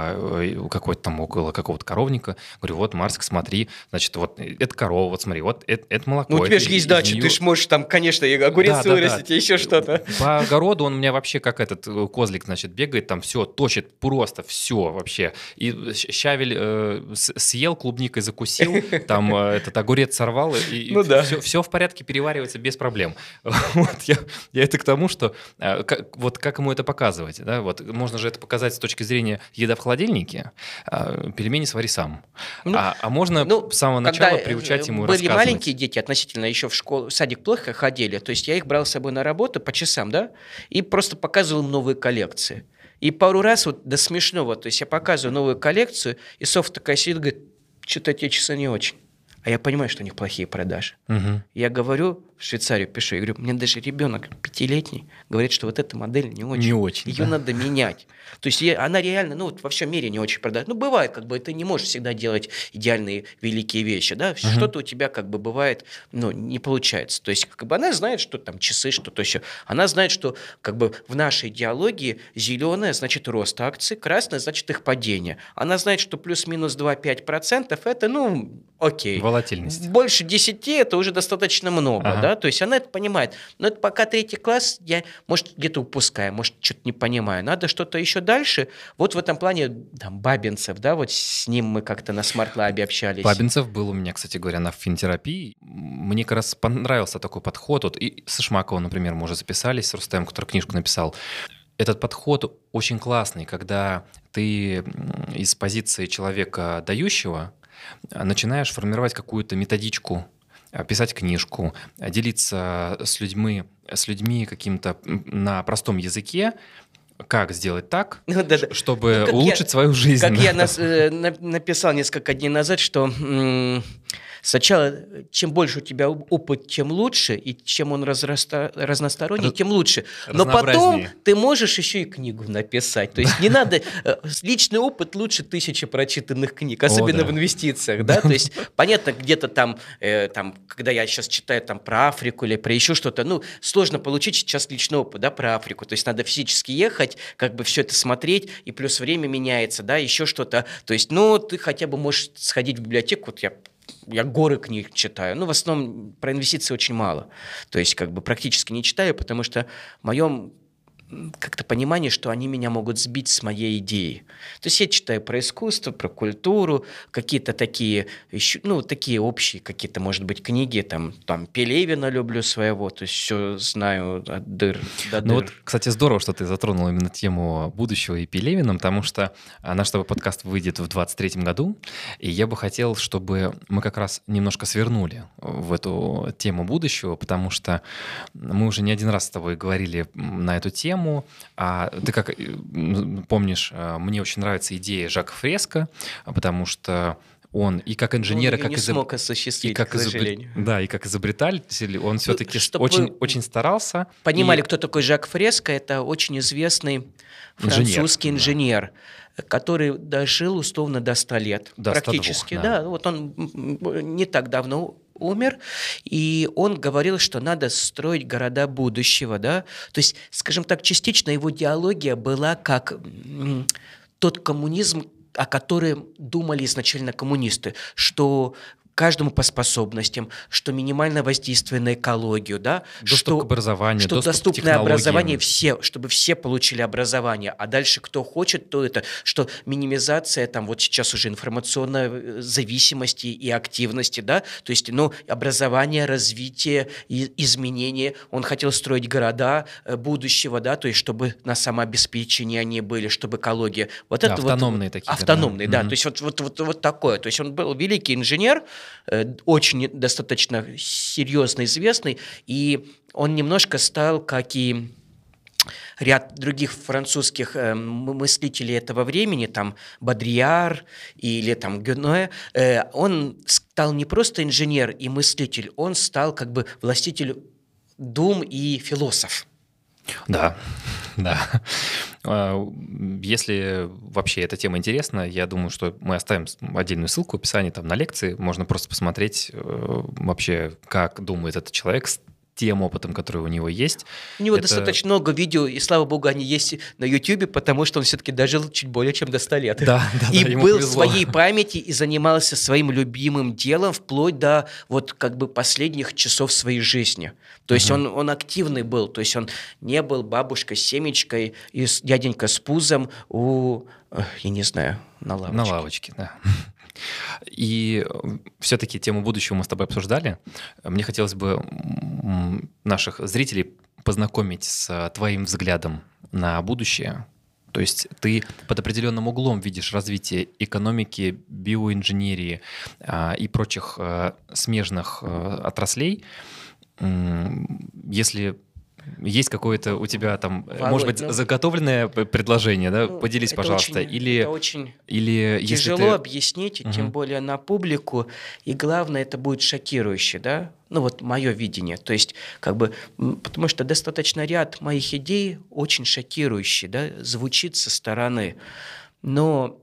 а, какой-то там около какого-то коровника. Говорю, вот, Марсик, смотри, значит, вот, это корова, вот смотри, вот, это, это молоко. Ну, у тебя же есть дача, нее... ты же можешь там, конечно, и огурец да, вырастить, да, да. и еще что-то. По огороду он у меня вообще как этот козлик, значит, бегает, там все точит, просто все вообще. И щавель э, съел, клубникой закусил, там э, этот огурец сорвал, и, ну, и да. все, все в порядке, переваривается без проблем. Вот я, я это к тому, что э, как, вот как ему это показывать, да, вот можно же это показать с точки зрения еда в холодильнике, э, пельмени свари сам, ну, а, а можно ну, с самого начала приучать ему были рассказывать. Маленькие дети относительно еще в школу, в садик плохо ходили, то есть я их брал с собой на работу по часам, да, и просто показывал им новые коллекции. И пару раз вот до смешного, то есть я показываю новую коллекцию, и Софа такая сидит, говорит, что-то те часы не очень. А я понимаю, что у них плохие продажи. Угу. Я говорю, в Швейцарию пишу, я говорю, мне даже ребенок пятилетний говорит, что вот эта модель не очень. Не очень. Ее да. надо менять. То есть я, она реально, ну, вот во всем мире не очень продает. Ну, бывает, как бы, ты не можешь всегда делать идеальные великие вещи, да, угу. Что-то у тебя, как бы, бывает, ну, не получается. То есть, как бы, она знает, что там часы, что-то еще. Она знает, что, как бы, в нашей идеологии зеленое значит рост акций, красное значит их падение. Она знает, что плюс-минус два-пять процентов это, ну, окей. Волатильность. Больше десяти это уже достаточно много, ага. да, то есть она это понимает. Но это пока третий класс, я, может, где-то упускаю, может, что-то не понимаю. Надо что-то еще дальше. Вот в этом плане, там, Бабинцев, да, вот с ним мы как-то на Smart Lab общались. Бабинцев был у меня, кстати говоря, на финтерапии. Мне как раз понравился такой подход. Вот и с Ишмаковым, например, мы уже записались, с Рустемом, который книжку написал. Этот подход очень классный, когда ты из позиции человека дающего начинаешь формировать какую-то методичку, писать книжку, делиться с людьми, с людьми каким-то на простом языке, как сделать так, ну, да, да. чтобы ну, улучшить я, свою жизнь. Как я нас, э, написал несколько дней назад, что м- сначала, чем больше у тебя опыт, тем лучше, и чем он разраста- разносторонний, Раз- тем лучше. Но потом ты можешь еще и книгу написать. То есть не надо... Личный опыт лучше тысячи прочитанных книг, особенно О, да. в инвестициях. Да? То есть понятно, где-то там, э, там, когда я сейчас читаю там, про Африку или про еще что-то, ну, сложно получить сейчас личный опыт, да, про Африку. То есть надо физически ехать, как бы все это смотреть, и плюс время меняется, да, еще что-то. То есть, ну, ты хотя бы можешь сходить в библиотеку, вот я Я горы книг читаю, но в основном про инвестиции очень мало. То есть как бы практически не читаю, потому что в моем как-то понимание, что они меня могут сбить с моей идеи. То есть я читаю про искусство, про культуру, какие-то такие, ну, такие общие какие-то, может быть, книги, там, там Пелевина люблю своего, то есть все знаю от дыр до дыр. Ну вот, кстати, здорово, что ты затронул именно тему будущего и Пелевина, потому что наш с тобой подкаст выйдет в двадцать третьем году, и я бы хотел, чтобы мы как раз немножко свернули в эту тему будущего, потому что мы уже не один раз с тобой говорили на эту тему. А ты как помнишь, мне очень нравится идея Жака Фреско, потому что он и как инженер, он и как, не изоб... смог осуществить, и как к сожалению. Изобр... Да, и как изобретатель он все-таки Чтобы очень, вы очень старался. понимали, и... кто такой Жак Фреско, это очень известный французский инженер, инженер, да. который дожил условно до ста лет. До практически, ста двух, да. да. Вот он не так давно умер, и он говорил, что надо строить города будущего, да. То есть, скажем так, частично его идеология была как м, тот коммунизм, о котором думали изначально коммунисты, что каждому по способностям, что минимальное воздействие на экологию, да, доступ что, к образованию, что доступ доступное к образование все, чтобы все получили образование, а дальше кто хочет, то это, что минимизация там вот сейчас уже информационной зависимости и активности, да, то есть, ну, образование, развитие, и изменения, он хотел строить города будущего, да, то есть, чтобы на самообеспечении они были, чтобы экология, вот да, это автономные вот, такие, автономные, да, да, да. То есть вот, вот, вот, вот такое, то есть он был великий инженер, очень достаточно серьезно известный, и он немножко стал, как и ряд других французских э, мыслителей этого времени, там Бодрияр или там Гюное, э, он стал не просто инженер и мыслитель, он стал как бы властитель дум и философ. Да, да. Если вообще эта тема интересна, я думаю, что мы оставим отдельную ссылку в описании там, на лекции. Можно просто посмотреть вообще, как думает этот человек с тем опытом, который у него есть. У него это... достаточно много видео, и слава богу, они есть на Ютубе, потому что он все-таки дожил чуть более чем до ста лет. Да, да, и да, ему был повезло. в своей памяти и занимался своим любимым делом вплоть до вот как бы последних часов своей жизни. То есть угу. он, он активный был, то есть он не был бабушкой с семечкой и с дяденька с пузом у, я не знаю, на лавочке. На лавочке, да. И все-таки тему будущего мы с тобой обсуждали. Мне хотелось бы наших зрителей познакомить с твоим взглядом на будущее. То есть ты под определенным углом видишь развитие экономики, биоинженерии а, и прочих а, смежных а, отраслей. Если есть какое-то у тебя там, Володь, может быть, ну, заготовленное предложение, да? Ну, Поделись, пожалуйста. Очень, или, это очень или тяжело если ты... объяснить, угу. тем более на публику, и главное, это будет шокирующе, да? Ну вот мое видение, то есть как бы, потому что достаточно ряд моих идей очень шокирующий, да, звучит со стороны, но...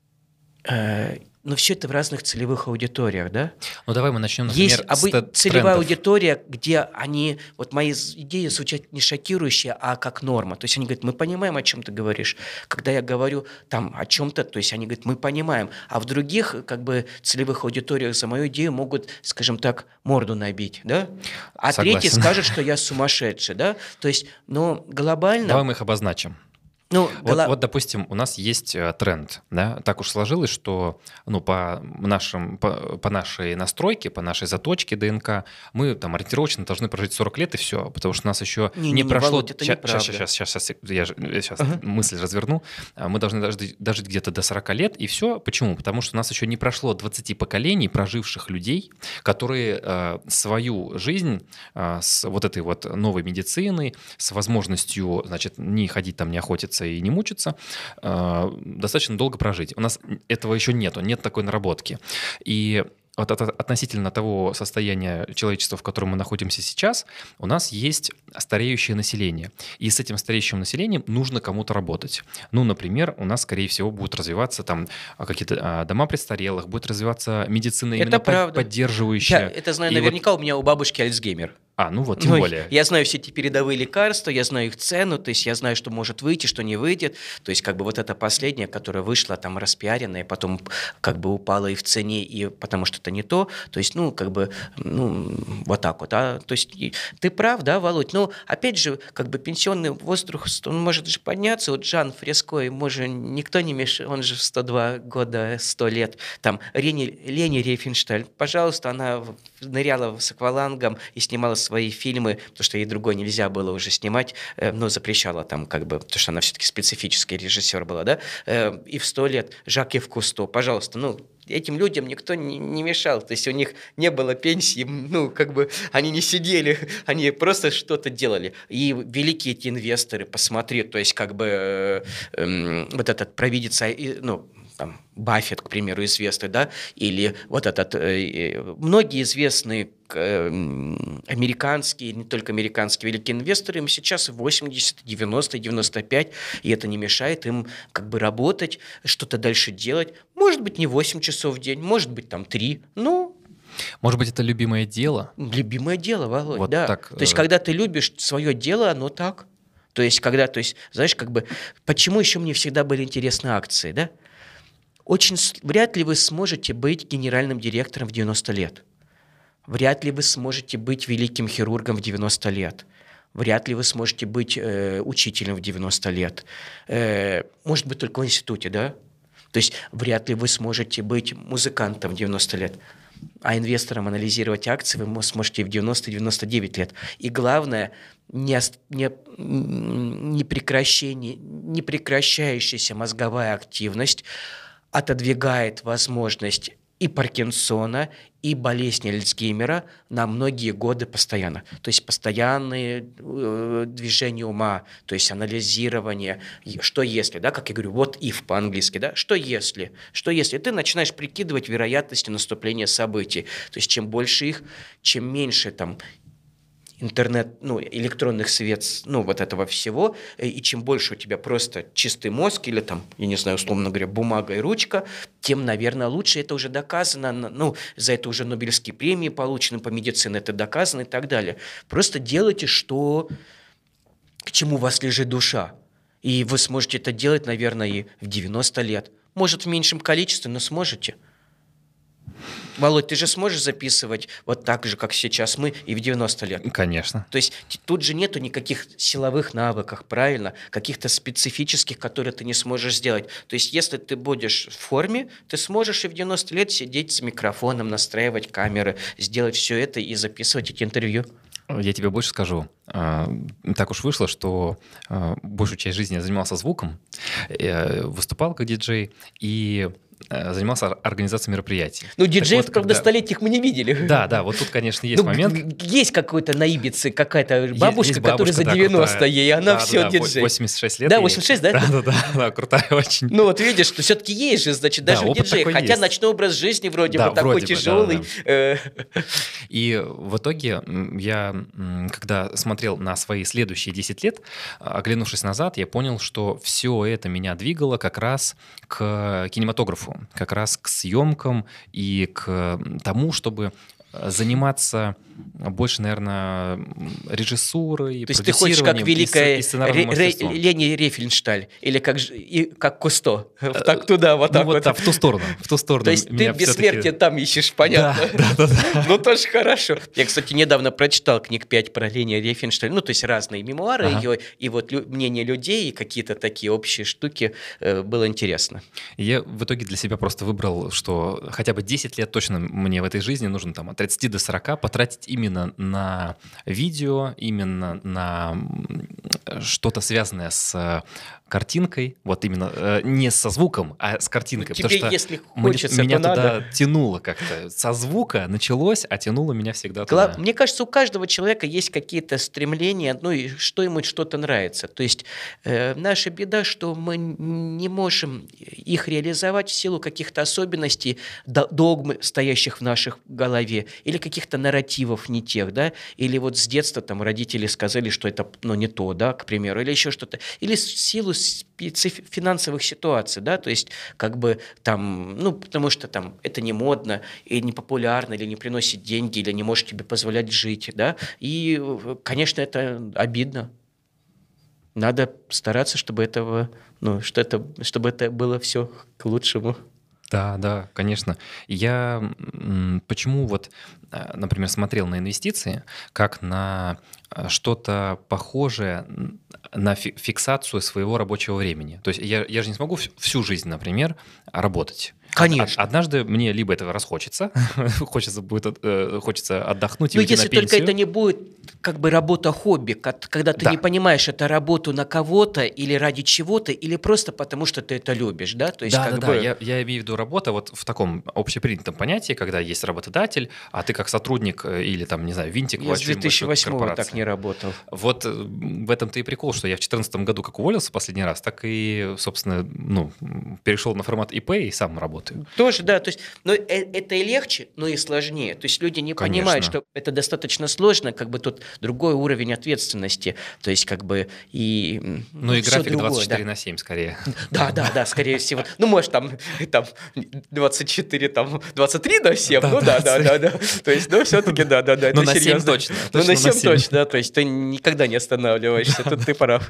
Э, Но все это в разных целевых аудиториях, да? Ну давай мы начнем, например, Есть обы- с целевая трендов. аудитория, где они, вот мои идеи звучат не шокирующе, а как норма. То есть они говорят, мы понимаем, о чем ты говоришь. Когда я говорю там о чем-то, то есть они говорят, мы понимаем. А в других как бы целевых аудиториях за мою идею могут, скажем так, морду набить, да? А Согласен. третий скажет, что я сумасшедший, да? То есть, но глобально... Давай мы их обозначим. Ну, вот, гла... вот, допустим, у нас есть тренд, да, так уж сложилось, что ну, по, нашим, по, по нашей настройке, по нашей заточке ДНК мы там ориентировочно должны прожить сорок лет и все, потому что у нас еще не, не, не прошло... Володь, это сейчас, неправда. сейчас, сейчас, сейчас, я, я сейчас uh-huh. мысль разверну. Мы должны дожить, дожить где-то до сорока лет и все. Почему? Потому что у нас еще не прошло двадцати поколений проживших людей, которые э, свою жизнь э, с вот этой вот новой медициной, с возможностью, значит, не ходить там, не охотиться и не мучиться, э, достаточно долго прожить. У нас этого еще нету, нет такой наработки. И вот от, относительно того состояния человечества, в котором мы находимся сейчас, у нас есть стареющее население. И с этим стареющим населением нужно кому-то работать. Ну, например, у нас, скорее всего, будут развиваться там какие-то дома престарелых, будет развиваться медицина это именно правда. поддерживающая. Я это знаю и наверняка, вот... у меня у бабушки Альцгеймер. А, ну вот, тем ну, более. Я знаю все эти передовые лекарства, я знаю их цену, то есть я знаю, что может выйти, что не выйдет. То есть как бы вот это последнее, которое вышло там распиаренное, потом как бы упало и в цене, и потому что это не то. То есть, ну, как бы, ну, вот так вот. А? То есть ты прав, да, Володь? Но опять же, как бы пенсионный возраст, он может же подняться. Вот Жан Фреско, ему же никто не мешает, он же в сто два года, сто лет. Там Лени, Лени Рифеншталь, пожалуйста, она ныряла с аквалангом и снимала свои фильмы, потому что ей другой нельзя было уже снимать, но запрещала там как бы, потому что она все-таки специфический режиссер была, да, и в сто лет Жак-Ив Кусто, пожалуйста, ну, этим людям никто не, не мешал, то есть у них не было пенсии, ну, как бы они не сидели, они просто что-то делали. И великие эти инвесторы, посмотри, то есть как бы э, э, вот этот провидец, ну, там, Баффет, к примеру, известный, да, или вот этот, э, многие известные э, американские, не только американские великие инвесторы, им сейчас восемьдесят, девяносто, девяносто пять, и это не мешает им как бы работать, что-то дальше делать. Может быть, не восемь часов в день, может быть, там три, ну... Может быть, это любимое дело? Любимое дело, Володь, вот да. так, То есть, когда ты любишь свое дело, оно так. То есть, когда, то есть, знаешь, как бы, почему еще мне всегда были интересны акции, да? Очень вряд ли вы сможете быть генеральным директором в девяносто лет. Вряд ли вы сможете быть великим хирургом в девяносто лет. Вряд ли вы сможете быть э, учителем в девяносто лет. Э, может быть, только в институте, да? То есть, вряд ли вы сможете быть музыкантом в девяносто лет. А инвестором анализировать акции вы сможете в девяносто-девяносто девять лет. И главное, не, не, не, прекращение, не прекращающаяся мозговая активность отодвигает возможность и Паркинсона, и болезни Альцгеймера на многие годы постоянно. То есть постоянные э, движения ума, то есть анализирование, что если, да, как я говорю, what if по-английски, да, что если, что если, ты начинаешь прикидывать вероятности наступления событий. То есть чем больше их, чем меньше там интернет, ну, электронных средств, ну, вот этого всего, и чем больше у тебя просто чистый мозг или там, я не знаю, условно говоря, бумага и ручка, тем, наверное, лучше. Это уже доказано, ну, за это уже Нобелевские премии получены по медицине, это доказано и так далее. Просто делайте, что, к чему у вас лежит душа. И вы сможете это делать, наверное, и в девяносто лет. Может, в меньшем количестве, но сможете. Володь, ты же сможешь записывать вот так же, как сейчас мы, и в девяносто лет? Конечно. То есть тут же нету никаких силовых навыков, правильно? Каких-то специфических, которые ты не сможешь сделать. То есть если ты будешь в форме, ты сможешь и в девяносто лет сидеть с микрофоном, настраивать камеры, сделать все это и записывать эти интервью. Я тебе больше скажу. Так уж вышло, что большую часть жизни я занимался звуком, выступал как диджей и занимался организацией мероприятий. Ну, диджеев, вот, правда, когда... столетних мы не видели. Да, да, вот тут, конечно, есть ну, момент. Есть какой-то на Ибице какая-то бабушка, есть, есть которая за девяносто, да, и она да, все да, диджей. восемьдесят шесть лет. Да, восемьдесят шесть, да? Да, да, да, да, крутая очень. Ну, вот видишь, что все-таки есть же, значит, даже да, диджей. Хотя есть. Ночной образ жизни вроде да, бы такой вроде тяжелый. Бы, да, да. И в итоге я, когда смотрел на свои следующие десять лет, оглянувшись назад, я понял, что все это меня двигало как раз к кинематографу, как раз к съемкам и к тому, чтобы заниматься больше, наверное, режиссурой, то есть ты хочешь как великая и, и Ре- Лени Рифеншталь или как, и, как Кусто, так туда, вот ну, так вот. вот. Да, в ту сторону, в ту сторону. То есть ты бессмертие там ищешь, понятно. Да, да, да. Ну, тоже хорошо. Я, кстати, недавно прочитал книг пять про Лени Рифеншталь, ну, то есть разные мемуары ага. ее, и вот лю- мнение людей, и какие-то такие общие штуки, э, было интересно. Я в итоге для себя просто выбрал, что хотя бы десять лет точно мне в этой жизни нужно там от тридцати до сорока потратить именно на видео, именно на что-то связанное с картинкой, вот именно э, не со звуком, а с картинкой. Ну, тебе, потому что если хочется, меня то туда надо. Тянуло как-то. Со звука началось, а тянуло меня всегда Гла- туда. Мне кажется, у каждого человека есть какие-то стремления, ну и что ему что-то нравится. То есть э, наша беда, что мы не можем их реализовать в силу каких-то особенностей, догм, стоящих в наших голове, или каких-то нарративов не тех, да, или вот с детства там родители сказали, что это, ну, не то, да, к примеру, или еще что-то, или в силу специф- финансовых ситуаций, да, то есть как бы там, ну, потому что там это не модно, и не популярно, или не приносит деньги, или не может тебе позволять жить, да, и, конечно, это обидно. Надо стараться, чтобы этого, ну, что это, чтобы это было все к лучшему. Да, да, конечно. Я м, почему вот, например, смотрел на инвестиции как на что-то похожее на фиксацию своего рабочего времени. То есть я, я же не смогу всю жизнь, например, работать. Конечно. Однажды мне либо этого расхочется, хочется, будет, э, хочется отдохнуть и Но уйти если на пенсию. только это не будет как бы работа-хобби, когда ты Да. не понимаешь, это работу на кого-то или ради чего-то, или просто потому, что ты это любишь, да? То есть, Да, как да, бы... да. Я, я имею в виду работа вот в таком общепринятом понятии, когда есть работодатель, а ты как сотрудник э, или там, не знаю, винтик Я в с очень две тысячи восьмого большой так корпорации. не работал. Вот э, в этом-то и прикол, что я в две тысячи четырнадцатом году как уволился последний раз, так и, собственно, ну, перешел на формат ИП и сам работаю. Тоже, да, то есть, но э- это и легче, но и сложнее. То есть люди не Конечно. понимают, что это достаточно сложно, как бы тут другой уровень ответственности, то есть как бы и м, Ну и всё график другое, двадцать четыре да. на семь скорее. Да, да, да, скорее всего. Ну, может, там, там двадцать четыре, там двадцать три на семь, Да, ну да, да, да. да, да. То есть, ну, все-таки, да, да, да, Ну, это на семь серьезно. точно, Ну, точно на на семь семь. точно, да, то есть ты никогда не останавливаешься, тут ты прав.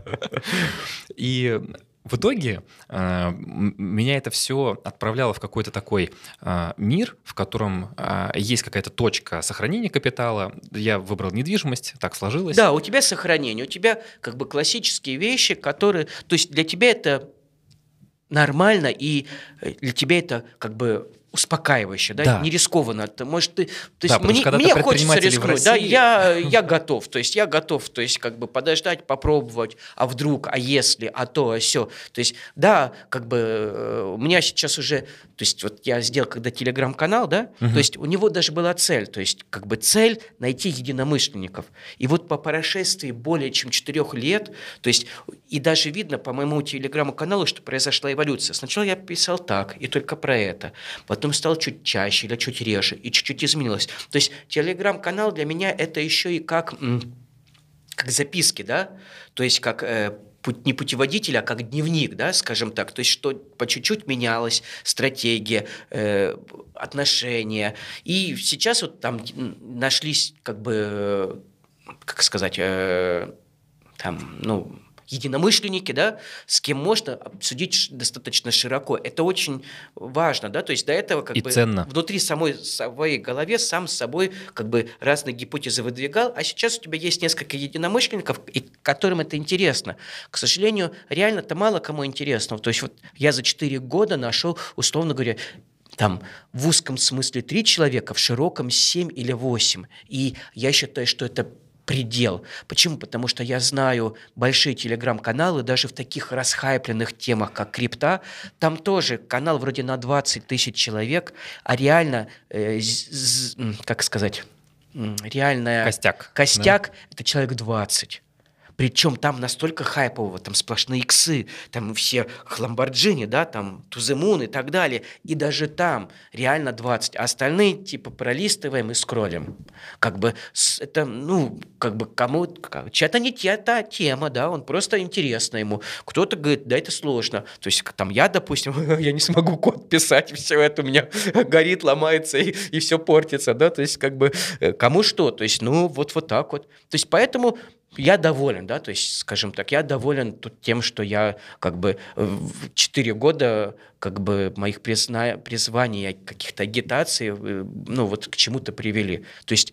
И в итоге э, м- меня это все отправляло в какой-то такой э, мир, в котором э, есть какая-то точка сохранения капитала. Я выбрал недвижимость, так сложилось. Да, у тебя сохранение, у тебя как бы классические вещи, которые... То есть для тебя это нормально, и э, для тебя это как бы успокаивающе, да, Да. не рискованно. Ты, может, ты, то Да, есть потому мне, что когда мне ты хочется предприниматель в рискнуть, да, России- я, я готов, то есть я готов, то есть как бы подождать, попробовать, а вдруг, а если, а то, а сё. То есть, да, как бы э, у меня сейчас уже, то есть вот я сделал когда телеграм-канал, да, Мгм. то есть у него даже была цель, то есть как бы цель найти единомышленников. И вот по прошествии более чем четырех лет, то есть и даже видно по моему телеграм-каналу, что произошла эволюция. Сначала я писал так, и только про это. Потом стал чуть чаще или чуть реже, и чуть-чуть изменилось. То есть телеграм-канал для меня это еще и как, м, как записки, да, то есть как э, путь- не путеводитель, а как дневник, да, скажем так, то есть что по чуть-чуть менялась стратегия, э, отношения, и сейчас вот там м, нашлись как бы, э, как сказать, э, там, ну, единомышленники, да, с кем можно обсудить ш- достаточно широко. Это очень важно, да, то есть до этого как И бы ценно. внутри самой своей голове сам с собой как бы разные гипотезы выдвигал, а сейчас у тебя есть несколько единомышленников, и которым это интересно. К сожалению, реально-то мало кому интересно. То есть вот я за четыре года нашел, условно говоря, там в узком смысле три человека, в широком семь или восемь. И я считаю, что это предел. Почему? Потому что я знаю большие телеграм-каналы, даже в таких расхайпленных темах, как крипта, там тоже канал вроде на двадцать тысяч человек, а реально, э, з- з- м, как сказать, м, реальная... Костяк. Костяк – это человек двадцать. Причем там настолько хайпово, там сплошные иксы, там все Ламборджини, да, там Туземун и так далее. И даже там реально двадцать. А остальные типа пролистываем и скроллим. Как бы с- это, ну, как бы кому... как- чья-то не те- та тема, да, он просто интересно ему. Кто-то говорит, да, это сложно. То есть там я, допустим, я не смогу код писать, и все это у меня горит, ломается и, и все портится, да, то есть как бы э, кому что, то есть, ну, вот, вот так вот. То есть поэтому я доволен, да, то есть, скажем так, я доволен тут тем, что я как бы в четыре года как бы моих призна... призваний, каких-то агитаций, э, ну, вот к чему-то привели. То есть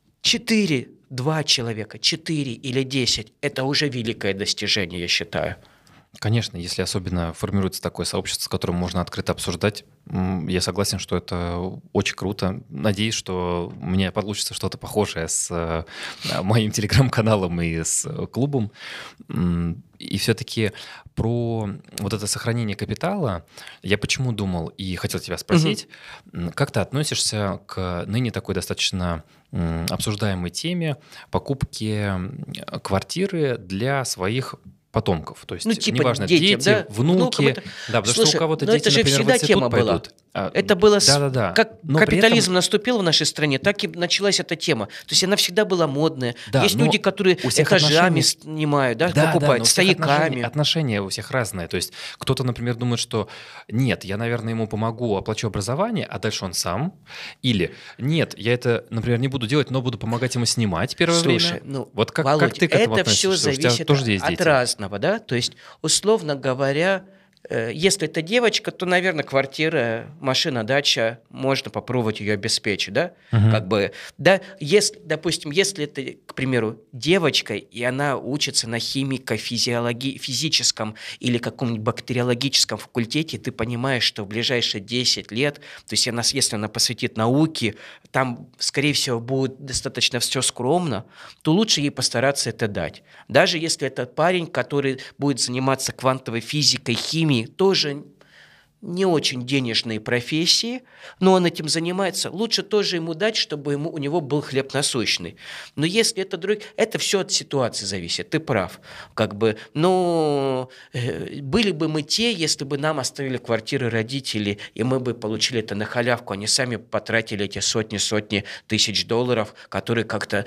четыре, два человека, четыре или десять – это уже великое достижение, я считаю. Конечно, если особенно формируется такое сообщество, с которым можно открыто обсуждать, м, я согласен, что это очень круто. Надеюсь, что у меня получится что-то похожее с э, моим телеграм-каналом и с э, клубом. М, И все-таки про вот это сохранение капитала, я почему думал и хотел тебя спросить, м, как ты относишься к ныне такой достаточно м, обсуждаемой теме покупки м, квартиры для своих потомков. То есть, Ну, типа неважно, детям, дети, да? внуки. Внукам это- Да, потому Слушай, что у кого-то ну дети, это же например, в всегда институт тема была. пойдут. А, Это было, с- Да-да-да. как Но при этом- капитализм наступил в нашей стране, так и началась эта тема. То есть она всегда была модная. Да, Есть но люди, которые у всех этажами отношений- снимают, да, Да, да, покупают, но у всех отношения, стояками. отношения у всех разные. То есть кто-то, например, думает, что нет, я, наверное, ему помогу, оплачу образование, а дальше он сам. Или нет, я это, например, не буду делать, но буду помогать ему снимать первое Слушай, время. ну, Вот как, Володь, как ты к этому это все относишься? У тебя зависит тоже есть от дети. разного, да? То есть, условно говоря, если это девочка, то, наверное, квартира, машина, дача, можно попробовать ее обеспечить, да? Uh-huh. Как бы, да, если, допустим, если это, к примеру, девочка, и она учится на химико-физиологи- физическом или каком-нибудь бактериологическом факультете, ты понимаешь, что в ближайшие десять лет, то есть она, если она посвятит науке, там, скорее всего, будет достаточно все скромно, то лучше ей постараться это дать. Даже если это парень, который будет заниматься квантовой физикой, химией, тоже не очень денежные профессии, но он этим занимается, лучше тоже ему дать, чтобы ему, у него был хлеб насущный. Но если это друг, это все от ситуации зависит, ты прав. Как бы, ну, э, были бы мы те, если бы нам оставили квартиры родители, и мы бы получили это на халявку, они сами потратили эти сотни-сотни тысяч долларов, которые как-то,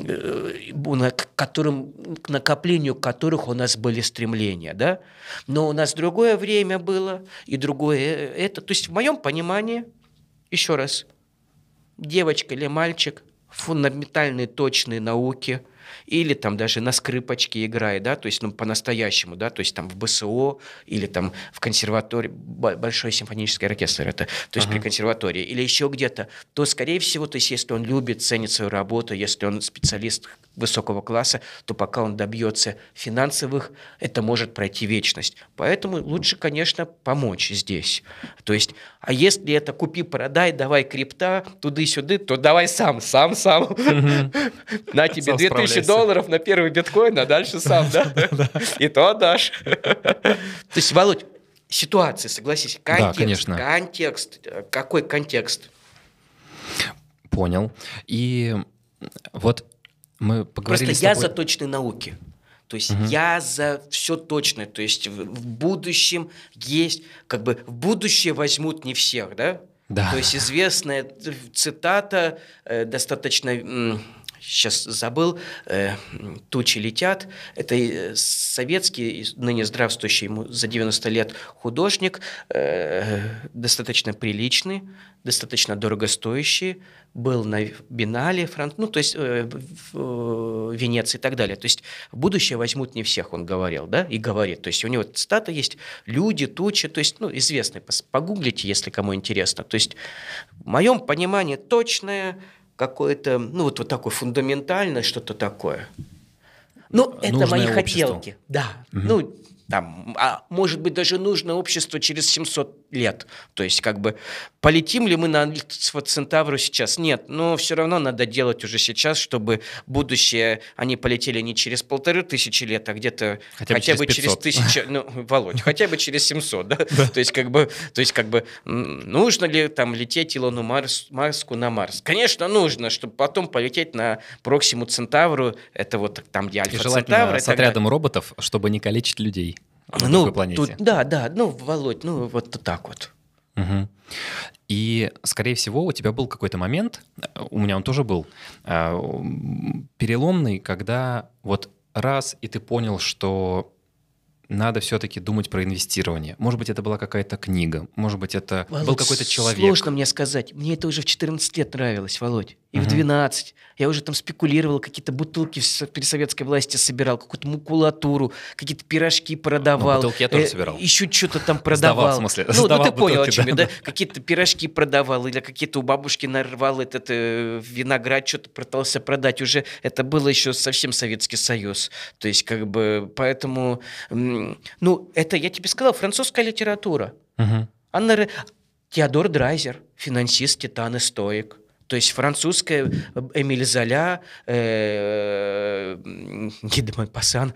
э, к которым, к накоплению которых у нас были стремления, да? Но у нас другое время было, и другое это. То есть в моем понимании, еще раз, девочка или мальчик, фундаментальные точные науки, или там даже на скрипочке играет, да, то есть ну, по-настоящему, да, то есть там в БСО или там в консерватории, Большой симфонический оркестр, это, то есть uh-huh. при консерватории, или еще где-то, то, скорее всего, то есть если он любит, ценит свою работу, если он специалист высокого класса, то пока он добьется финансовых, это может пройти вечность. Поэтому лучше, конечно, помочь здесь. То есть, а если это купи-продай, давай крипта, туды-сюды, то давай сам, сам, сам. На тебе две тысячи долларов на первый биткоин, а дальше сам, да? И то отдашь. То есть, Володь, ситуация, согласись, контекст. Да, конечно. Контекст. Какой контекст? Понял. И вот мы поговорили Просто с тобой... я за точные науки. То есть угу. я за все точное. То есть в, в будущем есть, как бы в будущее возьмут не всех, да? Да. То есть известная цитата, э, достаточно... М- сейчас забыл, э, «Тучи летят». Это советский, ныне здравствующий, ему за девяносто лет художник, э, достаточно приличный, достаточно дорогостоящий, был на Биеннале, Франц... ну, то есть э, в Венеции и так далее. То есть в будущее возьмут не всех, он говорил, да, и говорит. То есть у него цитата есть «Люди, тучи», то есть, ну, известный, погуглите, если кому интересно. То есть в моем понимании точное, какое-то, ну, вот, вот такое фундаментальное что-то такое. Ну, это нужное мои обществу. хотелки. Да. Угу. Ну, там, а может быть, даже нужное общество через семьсот лет. То есть, как бы, полетим ли мы на Центавру сейчас? Нет, но все равно надо делать уже сейчас, чтобы будущее, они полетели не через полторы тысячи лет, а где-то хотя, хотя бы через тысячу, ну, Володь, хотя бы через семьсот, да? То есть, как бы, то есть, как бы, нужно ли там лететь Илону Марс, Маску на Марс? Конечно, нужно, чтобы потом полететь на Проксиму Центавру, это вот там, где Альфа Центавра. И желательно с отрядом роботов, чтобы не калечить людей. На ну, такой планете. Тут, да, да, ну, Володь, ну, вот так вот. Угу. И, скорее всего, у тебя был какой-то момент, у меня он тоже был, переломный, когда вот раз, и ты понял, что надо все-таки думать про инвестирование. Может быть, это была какая-то книга, может быть, это Володь, был какой-то человек. Сложно мне сказать. Мне это уже в четырнадцать лет нравилось, Володь. И uh-huh. в двенадцать. Я уже там спекулировал, какие-то бутылки при советской власти собирал, какую-то макулатуру, какие-то пирожки продавал. Ну, бутылки я тоже собирал. Э, еще что-то там продавал. Сдавал, в смысле. Ну, Сдавал ну ты понял, бутылки, о чем да, я, да? да? Какие-то пирожки продавал, или какие-то у бабушки нарвал этот э, виноград, что-то пытался продать. Уже это было еще совсем Советский Союз. То есть, как бы, поэтому... М- ну, это, я тебе сказал, французская литература. Uh-huh. Анна... Теодор Драйзер, финансист, титан и стоик. То есть французская Эмиль Золя, э, Ги де Монпассан,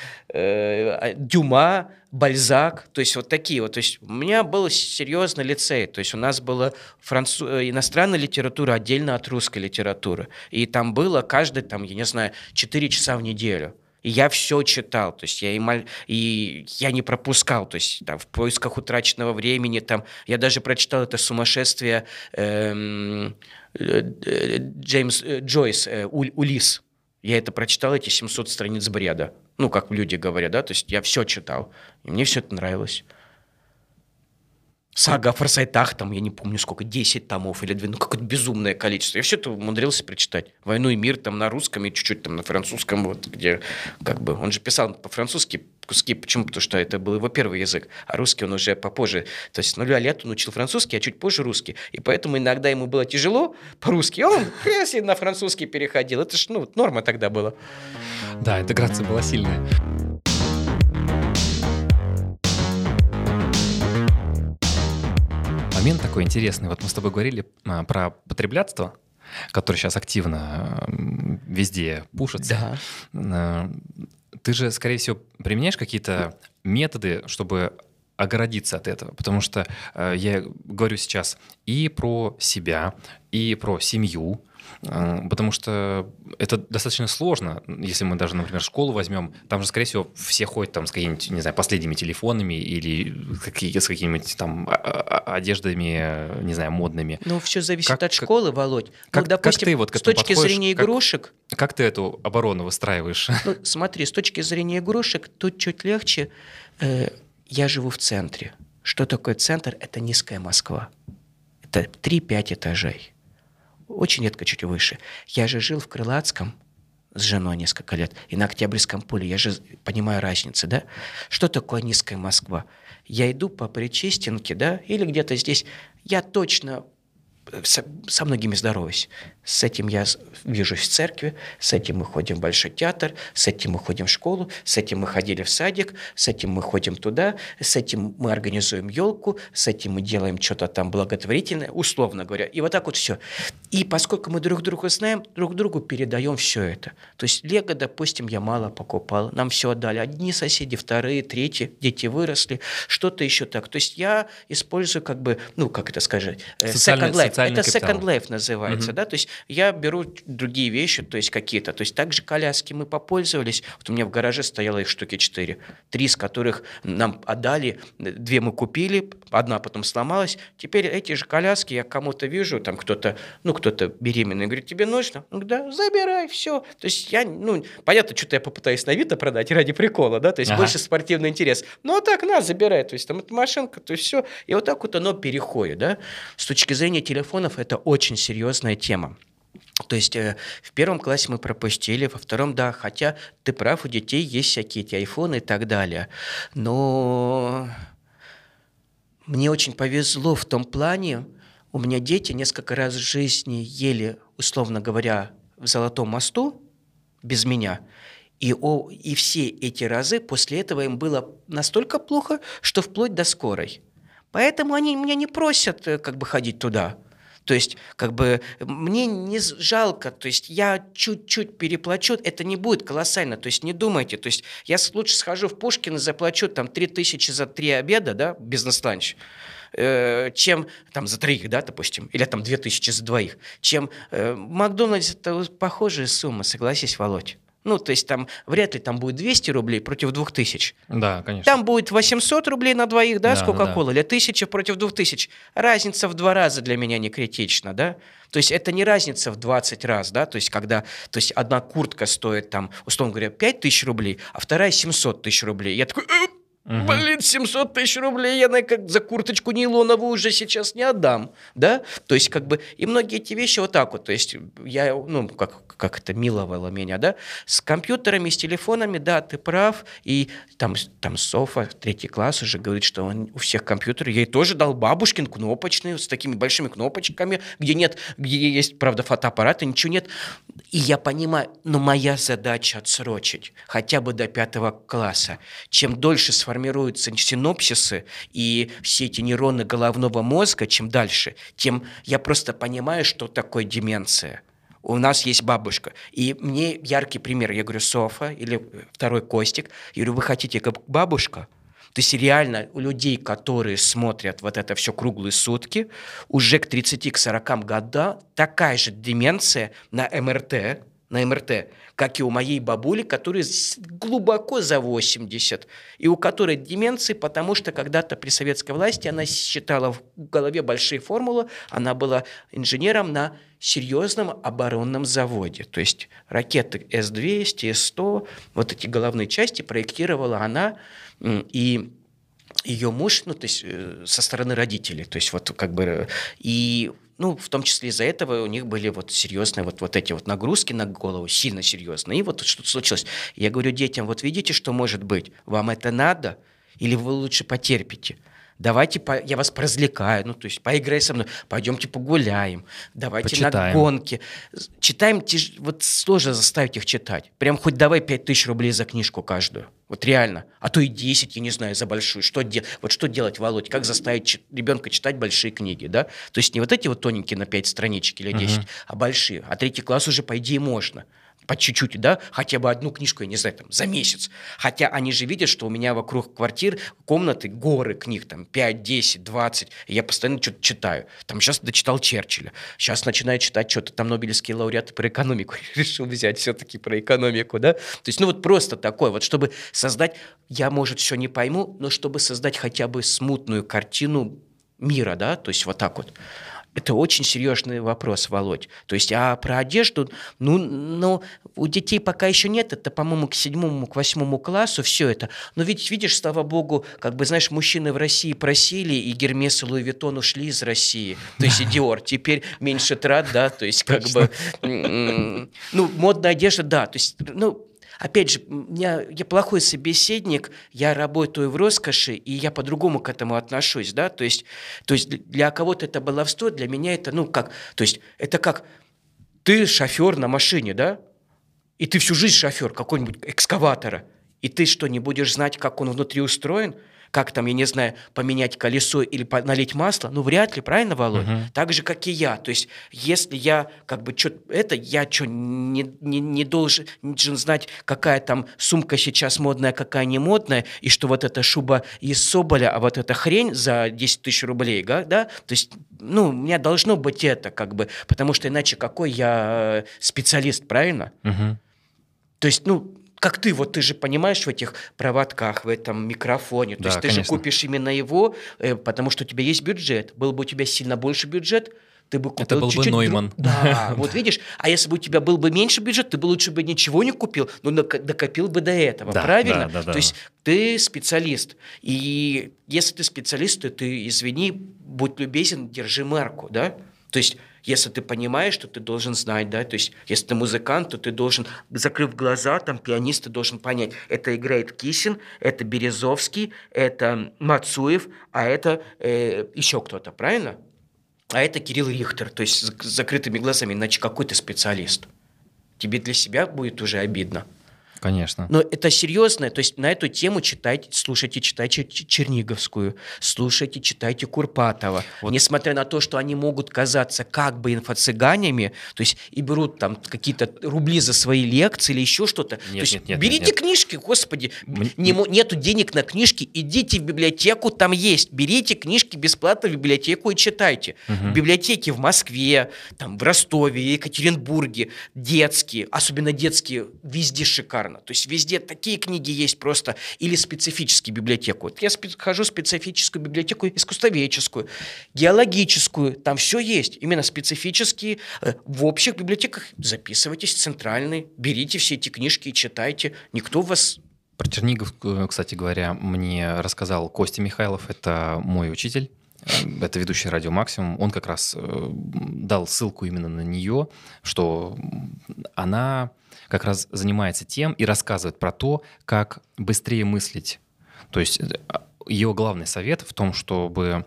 э, Дюма, Бальзак. То есть вот такие вот. То есть у меня был серьезный лицей. То есть у нас была француз... иностранная литература отдельно от русской литературы. И там было каждый, там, я не знаю, четыре часа в неделю. И я все читал, то есть я и, маль... и я не пропускал, то есть там, в поисках утраченного времени, там, я даже прочитал это сумасшествие эм... Джеймс э, Джойс э, «Улисс». Я это прочитал, эти семьсот страниц бреда. Ну, как люди говорят, да, то есть я все читал, и мне все это нравилось. Сага о форсайтах, там, я не помню сколько, десять томов или двенадцать, ну, какое-то безумное количество. Я все это умудрился прочитать. «Войну и мир» там на русском и чуть-чуть там на французском, вот, где, как бы, он же писал по-французски куски, почему? Потому что это был его первый язык, а русский он уже попозже, то есть с нуля лет он учил французский, а чуть позже русский. И поэтому иногда ему было тяжело по-русски, он если на французский переходил. Это ж, ну, норма тогда была. Да, интеграция была сильная. Момент такой интересный. Вот мы с тобой говорили а, про потреблятство, которое сейчас активно а, везде пушится. Да. Ты же, скорее всего, применяешь какие-то методы, чтобы огородиться от этого? Потому что э, я говорю сейчас и про себя, и про семью, э, потому что это достаточно сложно. Если мы даже, например, школу возьмем, там же, скорее всего, все ходят там с какими-нибудь, не знаю, последними телефонами или какие, с какими-нибудь там одеждами, не знаю, модными. Ну, все зависит как, от школы, Володь. Как, ну, допустим, как ты вот к с точки подходишь? зрения игрушек... Как, как ты эту оборону выстраиваешь? Ну, смотри, с точки зрения игрушек тут чуть легче. Э, я живу в центре. Что такое центр? Это низкая Москва. Это три-пять этажей. Очень редко чуть выше. Я же жил в Крылатском с женой несколько лет, и на Октябрьском поле. Я же понимаю разницу, да? Что такое низкая Москва? Я иду по Причистенке, да, или где-то здесь. Я точно со, со многими здороваюсь. С этим я вижусь в церкви, с этим мы ходим в Большой театр, с этим мы ходим в школу, с этим мы ходили в садик, с этим мы ходим туда, с этим мы организуем елку, с этим мы делаем что-то там благотворительное, условно говоря. И вот так вот все. И поскольку мы друг друга знаем, друг другу передаем все это. То есть Лего, допустим, я мало покупал, нам все отдали. Одни соседи, вторые, третьи, дети выросли, что-то еще так. То есть я использую как бы, ну, как это сказать, second life. Это second life называется, угу. да, то есть я беру другие вещи, то есть какие-то, то есть также коляски мы попользовались, вот у меня в гараже стояло их штуки четыре, три из которых нам отдали, две мы купили, одна потом сломалась, теперь эти же коляски я кому-то вижу, там кто-то, ну, кто-то беременный, говорит, тебе нужно? Ну, да, забирай, все, то есть я, ну, понятно, что-то я попытаюсь на Авито продать ради прикола, да, то есть ага. больше спортивный интерес, ну, а так, на, забирай, то есть там эта машинка, то есть все, и вот так вот оно переходит, да, с точки зрения телефона, это очень серьезная тема. То есть э, в первом классе мы пропустили, во втором, да, хотя ты прав, у детей есть всякие эти айфоны и так далее. Но мне очень повезло в том плане, у меня дети несколько раз в жизни ели, условно говоря, в Золотом мосту без меня. И, о, и все эти разы после этого им было настолько плохо, что вплоть до скорой. Поэтому они меня не просят как бы ходить туда. То есть, как бы, мне не жалко, то есть, я чуть-чуть переплачу, это не будет колоссально, то есть, не думайте, то есть, я лучше схожу в Пушкин и заплачу там три тысячи за три обеда, да, бизнес-ланч, э, чем, там, за троих, да, допустим, или там две тысячи за двоих, чем э, Макдональдс, это похожая сумма, согласись, Володь. Ну, то есть там вряд ли там будет двести рублей против двух тысяч. Да, конечно. Там будет восемьсот рублей на двоих, да, да с Кока-Колы, да. Или тысяча против двух тысяч. Разница в два раза для меня не критична, да. То есть это не разница в двадцать раз, да, то есть когда, то есть одна куртка стоит там, условно говоря, пять тысяч рублей, а вторая семьсот тысяч рублей. Я такой... Угу. Блин, семьсот тысяч рублей я на, как, за курточку нейлоновую уже сейчас не отдам, да? То есть, как бы, и многие эти вещи вот так вот, то есть, я, ну, как, как это миловало меня, да? С компьютерами, с телефонами, да, ты прав, и там, там Софа, третий класс уже говорит, что он, у всех компьютеры, я ей тоже дал бабушкин кнопочный, с такими большими кнопочками, где нет, где есть, правда, фотоаппарата, ничего нет, и я понимаю, но моя задача отсрочить, хотя бы до пятого класса, чем дольше сформировать формируются синопсисы и все эти нейроны головного мозга, чем дальше, тем я просто понимаю, что такое деменция. У нас есть бабушка. И мне яркий пример. Я говорю, Софа или второй Костик. Я говорю, вы хотите как бабушка? То есть реально у людей, которые смотрят вот это все круглые сутки, уже к тридцати-сорока годам такая же деменция на эм эр тэ, на эм эр тэ, как и у моей бабули, которая глубоко за восемьдесят, и у которой деменция, потому что когда-то при советской власти она считала в голове большие формулы, она была инженером на серьезном оборонном заводе. То есть ракеты эс двести, эс сто, вот эти головные части проектировала она, и ее муж, ну, то есть со стороны родителей, то есть вот как бы, и, ну, в том числе из-за этого у них были вот серьезные вот, вот эти вот нагрузки на голову, сильно серьезные, и вот что-то случилось. Я говорю детям, вот видите, что может быть, вам это надо, или вы лучше потерпите? Давайте, по, я вас поразвлекаю, ну, то есть поиграй со мной, пойдемте погуляем, давайте почитаем. На гонки. Читаем, тяж... вот сложно заставить их читать. Прям хоть давай пять тысяч рублей за книжку каждую. Вот реально. А то и десять, я не знаю, за большую. Что де... Вот что делать, Володь? Как заставить ч... ребенка читать большие книги, да? То есть не вот эти вот тоненькие на пять страничек или десять, uh-huh. а большие. А третий класс уже, по идее, можно. По чуть-чуть, да, хотя бы одну книжку, я не знаю, там, за месяц. Хотя они же видят, что у меня вокруг квартир, комнаты, горы книг, там, пять, десять, двадцать, и я постоянно что-то читаю. Там сейчас дочитал Черчилля, сейчас начинаю читать что-то, там Нобелевские лауреаты про экономику, решил взять все-таки про экономику, да. То есть, ну вот просто такое, вот чтобы создать, я, может, все не пойму, но чтобы создать хотя бы смутную картину мира, да, то есть вот так вот. Это очень серьезный вопрос, Володь. То есть, а про одежду, ну, ну, у детей пока еще нет, это, по-моему, к седьмому, к восьмому классу все это. Но ведь, видишь, слава богу, как бы, знаешь, мужчины в России просили, и Гермес и Луи Виттон ушли из России. То есть, и Диор. Теперь меньше трат, да, то есть, как бы, ну, модная одежда, да, то есть, ну, опять же, я, я плохой собеседник, я работаю в роскоши, и я по-другому к этому отношусь, да, то есть, то есть для кого-то это баловство, для меня это, ну, как, то есть это как ты шофер на машине, да, и ты всю жизнь шофер какого-нибудь экскаватора, и ты что, не будешь знать, как он внутри устроен? Как там, я не знаю, поменять колесо или налить масло? Ну, вряд ли, правильно, Володь? Uh-huh. Так же, как и я. То есть, если я, как бы, что это, я что, не, не, не должен, не должен знать, какая там сумка сейчас модная, какая не модная, и что вот эта шуба из соболя, а вот эта хрень за десять тысяч рублей, да? да? То есть, ну, у меня должно быть это, как бы, потому что иначе какой я специалист, правильно? Uh-huh. То есть, ну, как ты, вот ты же понимаешь в этих проводках, в этом микрофоне, то да, есть ты конечно. же купишь именно его, э, потому что у тебя есть бюджет. Был бы у тебя сильно больше бюджет, ты бы купил это был чуть-чуть... бы Нойман. Да, вот видишь, а если бы у тебя был бы меньше бюджет, ты бы лучше бы ничего не купил, но докопил бы до этого, да, правильно? Да, да, да. То есть ты специалист, и если ты специалист, то ты, извини, будь любезен, держи марку, да? То есть если ты понимаешь, что ты должен знать, да, то есть если ты музыкант, то ты должен, закрыв глаза, там, пианист, ты должен понять, это играет Кисин, это Березовский, это Мацуев, а это э, еще кто-то, правильно? А это Кирилл Рихтер, то есть с закрытыми глазами, иначе какой ты специалист? Тебе для себя будет уже обидно. Конечно. Но это серьезно, то есть на эту тему читайте, слушайте, читайте Черниговскую, слушайте, читайте Курпатова. Вот. Несмотря на то, что они могут казаться как бы инфо-цыганями, то есть и берут там какие-то рубли за свои лекции или еще что-то. Нет, то есть нет, нет, берите нет, нет. книжки, господи, Мне... не, нету денег на книжки, идите в библиотеку, там есть. Берите книжки бесплатно в библиотеку и читайте. Угу. В библиотеке в Москве, там, в Ростове, Екатеринбурге, детские, особенно детские, везде шикарно. То есть везде такие книги есть просто, или специфические библиотеки. Вот я спе- хожу в специфическую библиотеку, искусствоведческую, геологическую, там все есть. Именно специфические. В общих библиотеках записывайтесь в центральный, берите все эти книжки и читайте. Никто вас... Про Чернигов, кстати говоря, мне рассказал Костя Михайлов, это мой учитель. Это ведущий «Радио Максимум». Он как раз дал ссылку именно на нее, что она как раз занимается тем и рассказывает про то, как быстрее мыслить. То есть ее главный совет в том, чтобы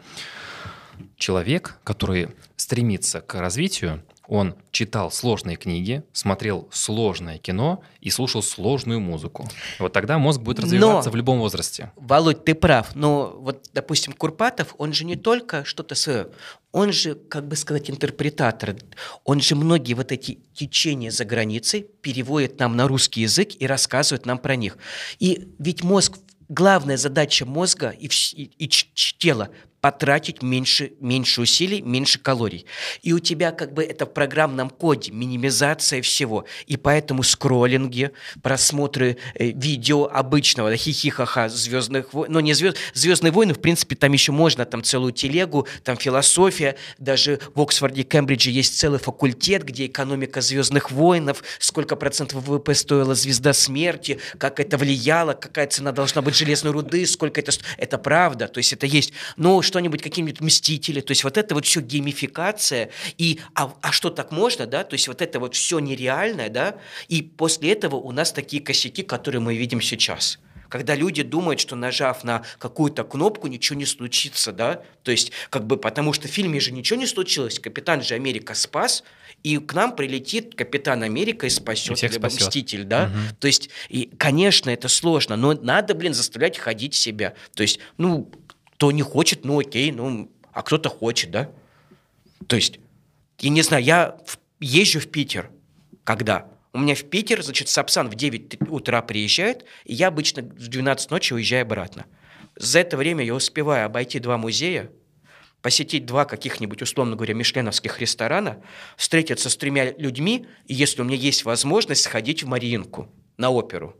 человек, который стремится к развитию, он читал сложные книги, смотрел сложное кино и слушал сложную музыку. Вот тогда мозг будет развиваться но, в любом возрасте. Володь, ты прав. Но вот, допустим, Курпатов, он же не только что-то свое, он же, как бы сказать, интерпретатор. Он же многие вот эти течения за границей переводит нам на русский язык и рассказывает нам про них. И ведь мозг, главная задача мозга и, и, и тела потратить меньше, меньше усилий, меньше калорий. И у тебя как бы это в программном коде, минимизация всего. И поэтому скроллинги, просмотры э, видео обычного, да, хихи-ха-ха, «Звездных войн», ну не звезд, «Звездные войны», в принципе, там еще можно, там целую телегу, там философия, даже в Оксфорде, Кембридже есть целый факультет, где экономика «Звездных войнов», сколько процентов ВВП стоила «Звезда смерти», как это влияло, какая цена должна быть железной руды, сколько это... Это правда, то есть это есть... Но что-нибудь, какие-нибудь «Мстители», то есть вот это вот все геймификация, и, а, а что так можно, да, то есть вот это вот все нереальное, да, и после этого у нас такие косяки, которые мы видим сейчас. Когда люди думают, что нажав на какую-то кнопку, ничего не случится, да, то есть как бы потому что в фильме же ничего не случилось, Капитан же Америка спас, и к нам прилетит Капитан Америка и спасет, И всех либо спасет. Мститель, да, Мгм. то есть, и, конечно, это сложно, но надо, блин, заставлять ходить себя, то есть, ну, кто не хочет, ну окей, ну, а кто-то хочет, да, то есть, я не знаю, я в- езжу в Питер, когда? У меня в Питер, значит, Сапсан в девять утра приезжает, и я обычно в двенадцать ночи уезжаю обратно. За это время я успеваю обойти два музея, посетить два каких-нибудь, условно говоря, мишленовских ресторана, встретиться с тремя людьми, и если у меня есть возможность, сходить в Мариинку на оперу.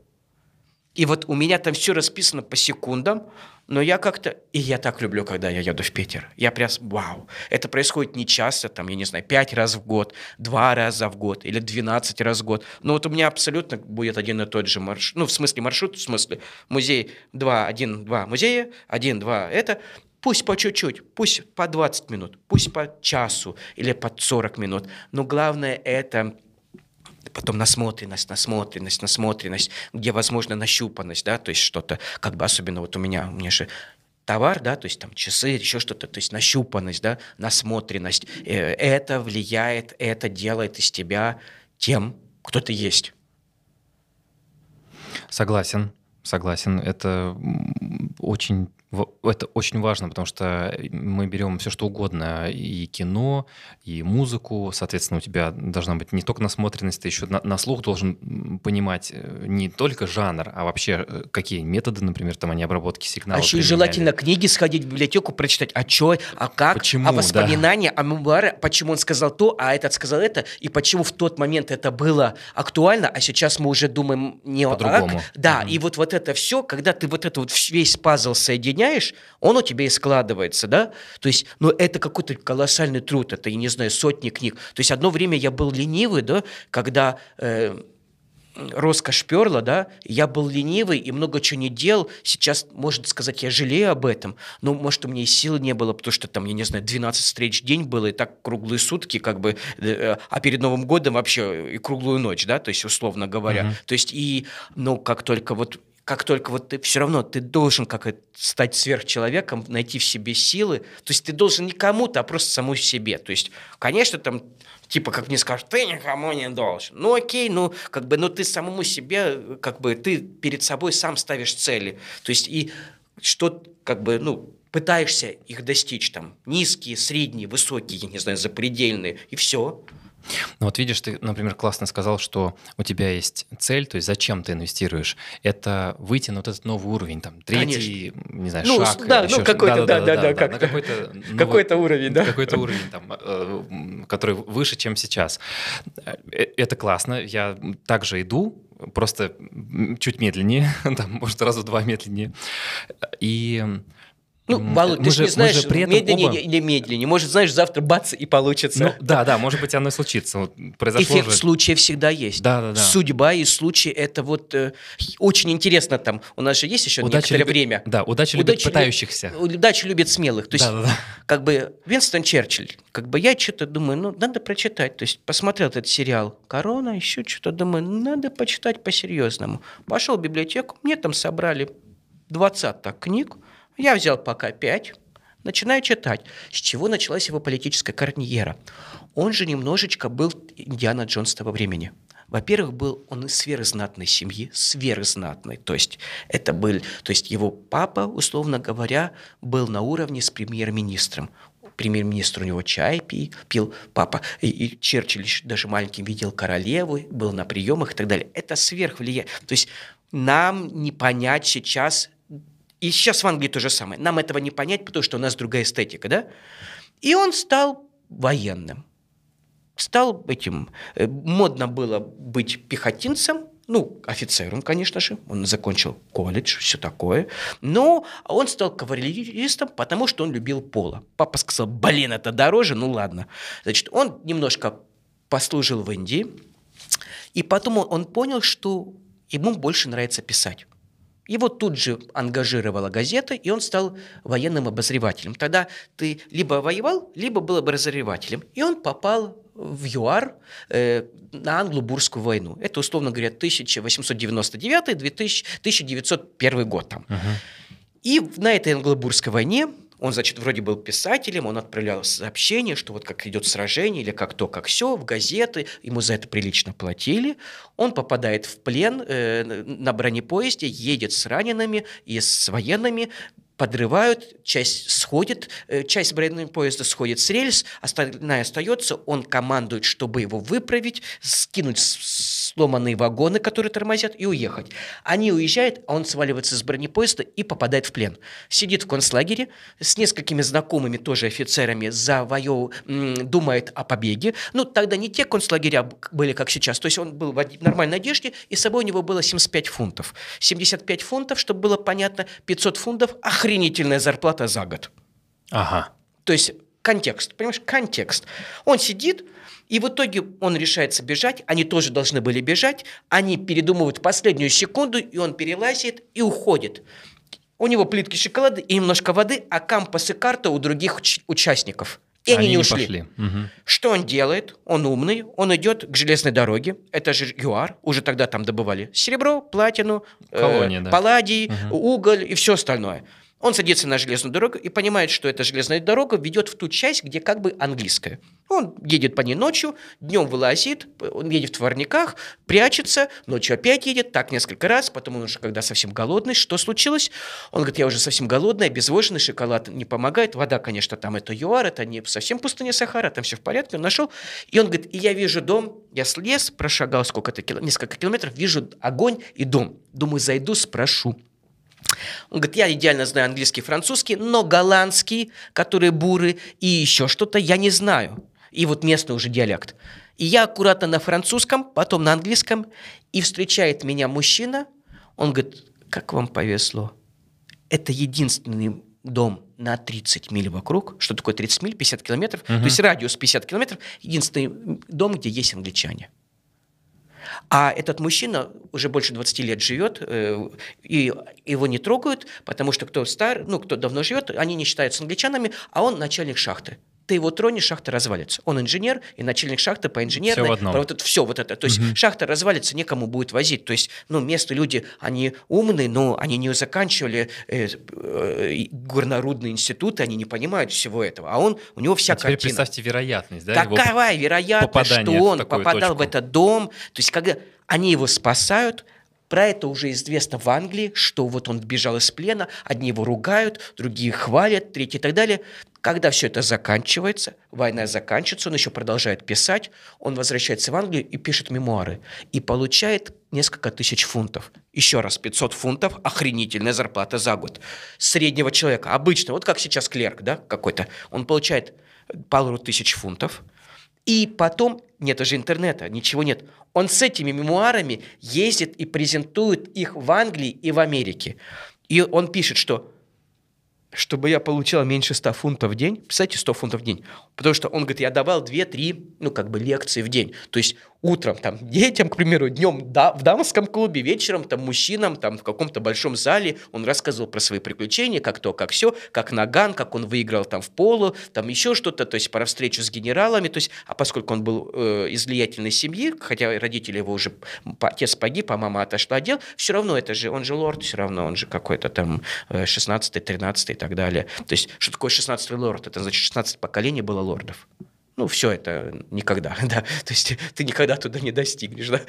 И вот у меня там все расписано по секундам, но я как-то... И я так люблю, когда я еду в Питер. Я прям... Вау! Это происходит не часто, там, я не знаю, пять раз в год, два раза в год или двенадцать раз в год. Но вот у меня абсолютно будет один и тот же маршрут. Ну, в смысле маршрут, в смысле музей два, один, два музея, один, два это... Пусть по чуть-чуть, пусть по двадцать минут, пусть по часу или по сорок минут. Но главное это... Потом насмотренность, насмотренность, насмотренность, где, возможно, нащупанность, да, то есть что-то, как бы особенно вот у меня, у меня же товар, да, то есть там часы, еще что-то, то есть нащупанность, да, насмотренность. Э, Это влияет, это делает из тебя тем, кто ты есть. Согласен, согласен. Это м, очень, в- это очень важно, потому что мы берем все, что угодно, и кино, и музыку. Соответственно, у тебя должна быть не только насмотренность, ты еще на, на слух должен м, понимать э, не только жанр, а вообще э, какие методы, например, там они обработки А сигналов еще и применяли. желательно книги сходить в библиотеку, прочитать, а что, а как, Почему, а да. воспоминания, а мемуары, почему он сказал то, а этот сказал это, и почему в тот момент это было актуально, а сейчас мы уже думаем не По-другому. так. Да, Мгм. и вот, вот это все, когда ты вот это вот весь пазл соединяешь, он у тебя и складывается, да? То есть, ну, это какой-то колоссальный труд, это, я не знаю, сотни книг. То есть, одно время я был ленивый, да, когда... э, роскошь перла, да, я был ленивый и много чего не делал. Сейчас, можно сказать, я жалею об этом, но, может, у меня и силы не было, потому что там, я не знаю, двенадцать встреч в день было, и так круглые сутки, как бы, э, а перед Новым годом вообще и круглую ночь, да, то есть, условно говоря. Мгм. То есть, и, ну, как только вот как только вот ты все равно ты должен как это, стать сверхчеловеком, найти в себе силы, то есть ты должен не кому-то, а просто саму себе. То есть, конечно, там типа, как мне скажут, ты никому не должен. Ну окей, ну как бы, ну ты самому себе, как бы, ты перед собой сам ставишь цели. То есть и что, как бы, ну пытаешься их достичь там низкие, средние, высокие, я не знаю, запредельные и все. Ну вот видишь, ты, например, классно сказал, что у тебя есть цель, то есть зачем ты инвестируешь, это выйти на вот этот новый уровень, там, третий, не знаю, Ну, шаг. да, еще ну, что- какой-то, да-да-да, на как-то. какой-то новый- Какой-то уровень, да. Какой-то уровень, там, э, м, который выше, чем сейчас. Э, Это классно, я также иду, просто м, чуть медленнее, там, может, раза в два медленнее. И Ну, м, Володь, мы ты же же- не мы знаешь, же при этом медленнее оба- или медленнее. Может, знаешь, завтра бац, и получится. Ну, да, да, может быть, оно и случится. Вот произошло Эффект же- случая всегда есть. Да, да, да. Судьба и случай – это вот э, очень интересно там. У нас же есть еще Удача некоторое любит- время. Да, удача любит Удача лю- пытающихся. Удача любит смелых. То есть, Да, да, да. как бы Винстон Черчилль, как бы я что-то думаю, ну, надо прочитать. То есть, посмотрел этот сериал «Корона», еще что-то думаю, надо почитать по-серьезному. Пошел в библиотеку, мне там собрали двадцать так книг, я взял пока пять, начинаю читать. С чего началась его политическая карьера? Он же немножечко был Индиана Джонс того времени. Во-первых, был он из сверхзнатной семьи, сверхзнатной. То есть это был, то есть его папа, условно говоря, был на уровне с премьер-министром. Премьер-министр у него чай пи, пил, папа. И, и Черчилль даже маленьким видел королеву, был на приемах и так далее. Это сверхвлияние. То есть нам не понять сейчас И сейчас в Англии то же самое. Нам этого не понять, потому что у нас другая эстетика, да? И он стал военным. Стал этим... Модно было быть пехотинцем, ну, офицером, конечно же, он закончил колледж, все такое, но он стал кавалеристом, потому что он любил поло. Папа сказал, блин, это дороже, ну ладно. Значит, он немножко послужил в Индии, и потом он, он понял, что ему больше нравится писать. Его тут же ангажировала газета, и он стал военным обозревателем. Тогда ты либо воевал, либо был обозревателем. И он попал в ЮАР э, на Англо-Бурскую войну. Это, условно говоря, тысяча восемьсот девяносто девятый - тысяча девятьсот первый год. Там. Uh-huh. И на этой Англо-Бурской войне он, значит, вроде был писателем, он отправлял сообщения, что вот как идет сражение, или как то, как все, в газеты, ему за это прилично платили. Он попадает в плен э, на бронепоезде, едет с ранеными и с военными, подрывают, часть сходит, часть бронепоезда сходит с рельс, остальная остается, он командует, чтобы его выправить, скинуть сломанные вагоны, которые тормозят, и уехать. Они уезжают, а он сваливается с бронепоезда и попадает в плен. Сидит в концлагере с несколькими знакомыми тоже офицерами, завоев... думает о побеге. Ну, тогда не те концлагеря были, как сейчас. То есть он был в нормальной одежде, и с собой у него было семьдесят пять фунтов. семьдесят пять фунтов, чтобы было понятно, пятьсот фунтов – охренительная зарплата за год. Ага. То есть контекст, понимаешь, контекст. Он сидит, и в итоге он решается бежать, они тоже должны были бежать, они передумывают последнюю секунду, и он перелазит и уходит. У него плитки шоколада и немножко воды, а компас и карта у других уч- участников. И они, они не ушли. Не угу. Что он делает? Он умный, он идет к железной дороге, это же ЮАР, уже тогда там добывали серебро, платину, Колония, э, да. палладий, угу. уголь и все остальное. Он садится на железную дорогу и понимает, что эта железная дорога ведет в ту часть, где как бы английская. Он едет по ней ночью, днем вылазит, он едет в товарниках, прячется, ночью опять едет, так несколько раз, потом он уже когда совсем голодный. Что случилось? Он говорит, я уже совсем голодный, обезвоженный, шоколад не помогает, вода, конечно, там это ЮАР, это не совсем пустыня Сахара, там все в порядке, он нашел. И он говорит, и я вижу дом, я слез, прошагал сколько-то, несколько километров, вижу огонь и дом. Думаю, зайду, спрошу. Он говорит, я идеально знаю английский и французский, но голландский, которые буры, и еще что-то я не знаю. И вот местный уже диалект. И я аккуратно на французском, потом на английском, и встречает меня мужчина. Он говорит, как вам повезло. Это единственный дом на тридцать миль вокруг. Что такое тридцать миль? пятьдесят километров. Угу. То есть радиус пятьдесят километров. Единственный дом, где есть англичане. А этот мужчина уже больше двадцати лет живет, э, и его не трогают, потому что кто стар, ну, кто давно живет, они не считаются англичанами, а он начальник шахты. Ты его тронешь, шахта развалится. Он инженер и начальник шахты по инженерной. Все в одном. Вот это, все вот это. То есть угу. шахта развалится, некому будет возить. То есть, ну, местные люди, они умные, но они не заканчивали э, э, горнорудные институты, они не понимают всего этого. А он, у него вся а теперь картина. Представьте вероятность, да? Какая вероятность, что он в попадал точку. в этот дом. То есть, когда они его спасают. Про это уже известно в Англии, что вот он бежал из плена, одни его ругают, другие хвалят, третьи и так далее. Когда все это заканчивается, война заканчивается, он еще продолжает писать, он возвращается в Англию и пишет мемуары. И получает несколько тысяч фунтов. Еще раз, пятьсот фунтов – охренительная зарплата за год. Среднего человека, обычно, вот как сейчас клерк, да, какой-то, он получает пару тысяч фунтов. И потом, нет уже интернета, ничего нет. Он с этими мемуарами ездит и презентует их в Англии и в Америке. И он пишет, что чтобы я получал меньше ста фунтов в день, представьте, сто фунтов в день, потому что он говорит, я давал две-три, ну, как бы лекции в день. То есть утром там детям, к примеру, днем да, в дамском клубе, вечером там мужчинам там в каком-то большом зале он рассказывал про свои приключения, как то, как все, как наган, как он выиграл там в поло, там еще что-то, то есть про встречу с генералами, то есть, а поскольку он был э, из влиятельной семьи, хотя родители его уже, отец погиб, а мама отошла от дел, все равно это же, он же лорд, все равно он же какой-то там шестнадцатый, тринадцатый и так далее. То есть, что такое шестнадцатый лорд? Это значит, шестнадцать поколений было лордов. Ну, все это никогда, да. То есть ты никогда туда не достигнешь, да.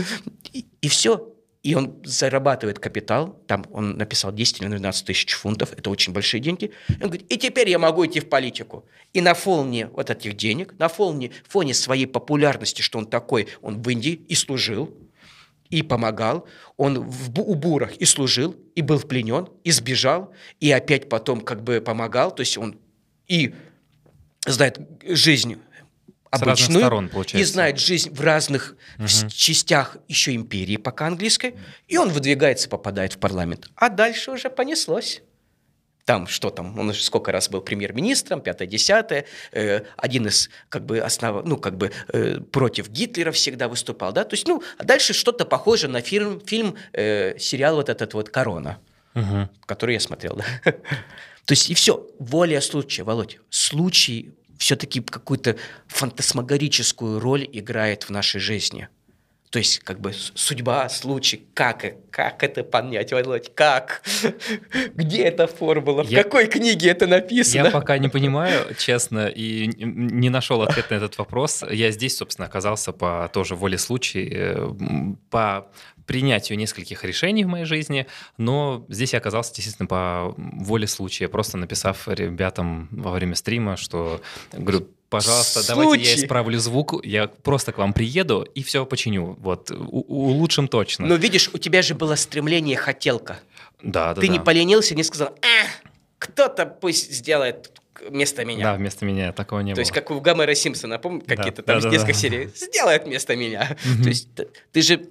И, и все. И он зарабатывает капитал. Там он написал десять или двенадцать тысяч фунтов. Это очень большие деньги. Он говорит, и теперь я могу идти в политику. И на фоне вот этих денег, на фоне, фоне своей популярности, что он такой, он в Индии и служил, и помогал, он в, у бурах и служил, и был пленен, и сбежал, и опять потом как бы помогал, то есть он и знает жизнь обычную, сторон, и знает жизнь в разных угу. частях еще империи пока английской, и он выдвигается, попадает в парламент. А дальше уже понеслось. Там что там, он уже сколько раз был премьер-министром, пятое-десятое, э, один из как бы основ, ну как бы э, против Гитлера всегда выступал, да, то есть, ну, а дальше что-то похоже на фильм, фильм э, сериал вот этот вот «Корона», угу. который я смотрел, да. То есть и все, воля случая, Володь, случай все-таки какую-то фантасмагорическую роль играет в нашей жизни. То есть, как бы, судьба, случай, как, как это понять, Володь, как? Где эта формула? В я, какой книге это написано? Я пока не понимаю, честно, и не нашел ответ на этот вопрос. Я здесь, собственно, оказался по тоже воле случая, по принятию нескольких решений в моей жизни, но здесь я оказался действительно по воле случая, просто написав ребятам во время стрима, что, говорю, пожалуйста, Случай. Давайте я исправлю звук, я просто к вам приеду и все починю. Вот, у- улучшим точно. Но видишь, у тебя же было стремление, хотелка. Да, да, Ты да. не поленился, не сказал, а, кто-то пусть сделает вместо меня. Да, вместо меня такого не То было. есть, как у Гомера Симпсона, помню, Да, какие-то да, там да, несколько да. серий, сделает вместо меня. Мгм. То есть, ты, ты же...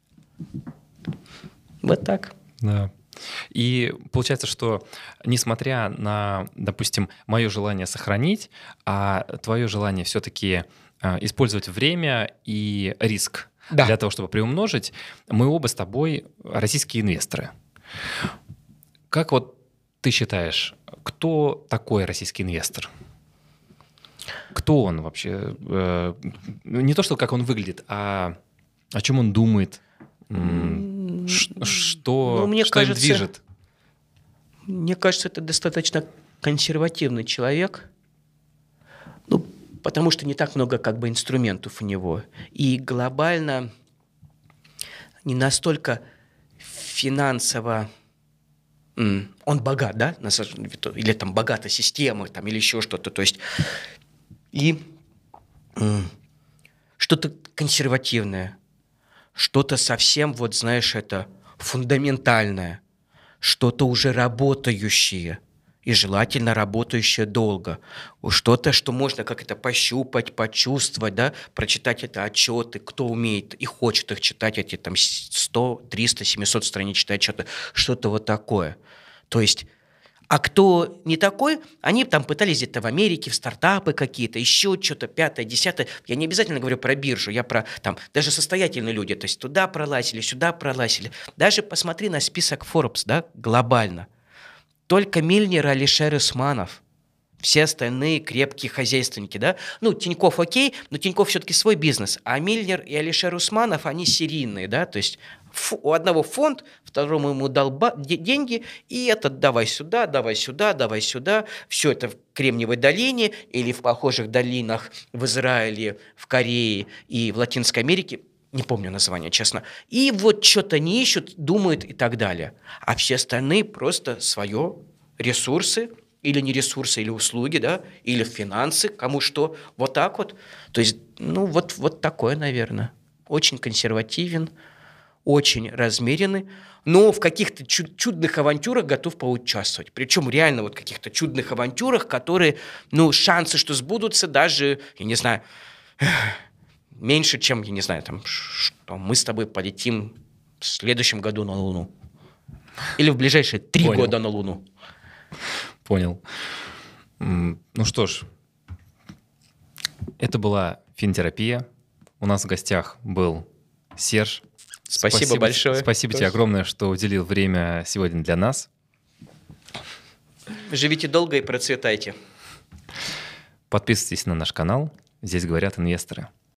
Вот так. Да. И получается, что несмотря на, допустим, мое желание сохранить, а твое желание все-таки э, использовать время и риск Да. для того, чтобы приумножить, мы оба с тобой российские инвесторы. Как вот ты считаешь, кто такой российский инвестор? Кто он вообще? Э, не то, что как он выглядит, а о чем он думает, м, ш- что, Ну, мне что им кажется, движет? Мне кажется, это достаточно консервативный человек, ну, потому что не так много как бы инструментов у него. И глобально не настолько финансово... м, Он богат, да? на самом деле, Или там богата система, там, или еще что-то. То есть и м, что-то консервативное, что-то совсем, вот знаешь, это фундаментальное, что-то уже работающее, и желательно работающее долго. Уж что-то, что можно как-то пощупать, почувствовать, да, прочитать это отчеты, кто умеет и хочет их читать, эти там сто, триста, семьсот страниц читать, что-то, что-то вот такое. То есть, а кто не такой, они там пытались где-то в Америке, в стартапы какие-то, еще что-то, пятое, десятое. Я не обязательно говорю про биржу, я про там даже состоятельные люди, то есть туда пролазили, сюда пролазили. Даже посмотри на список Forbes, да, глобально. Только Мильнер, Алишер Усманов. Все остальные крепкие хозяйственники, да? Ну, Тинькофф окей, но Тинькофф все-таки свой бизнес. А Мильнер и Алишер Усманов, они серийные, да? То есть фу, у одного фонд, второму ему дал ба- де- деньги, и этот давай сюда, давай сюда, давай сюда. Все это в Кремниевой долине или в похожих долинах в Израиле, в Корее и в Латинской Америке. Не помню название, честно. И вот что-то не ищут, думают и так далее. А все остальные просто свое, ресурсы, или не ресурсы, или услуги, да, или финансы, кому что, вот так вот. То есть, ну, вот, вот такое, наверное. Очень консервативен, очень размеренный, но в каких-то чуд- чудных авантюрах готов поучаствовать. Причем реально вот каких-то чудных авантюрах, которые, ну, шансы, что сбудутся, даже, я не знаю, меньше, чем, я не знаю, там, что мы с тобой полетим в следующем году на Луну. Или в ближайшие три Понял. года на Луну. Понял. М, Ну что ж, это была финтерапия. У нас в гостях был Серж. Спасибо большое. Спасибо тебе Тоже. огромное, что уделил время сегодня для нас. Живите долго и процветайте. Подписывайтесь на наш канал. Здесь говорят инвесторы.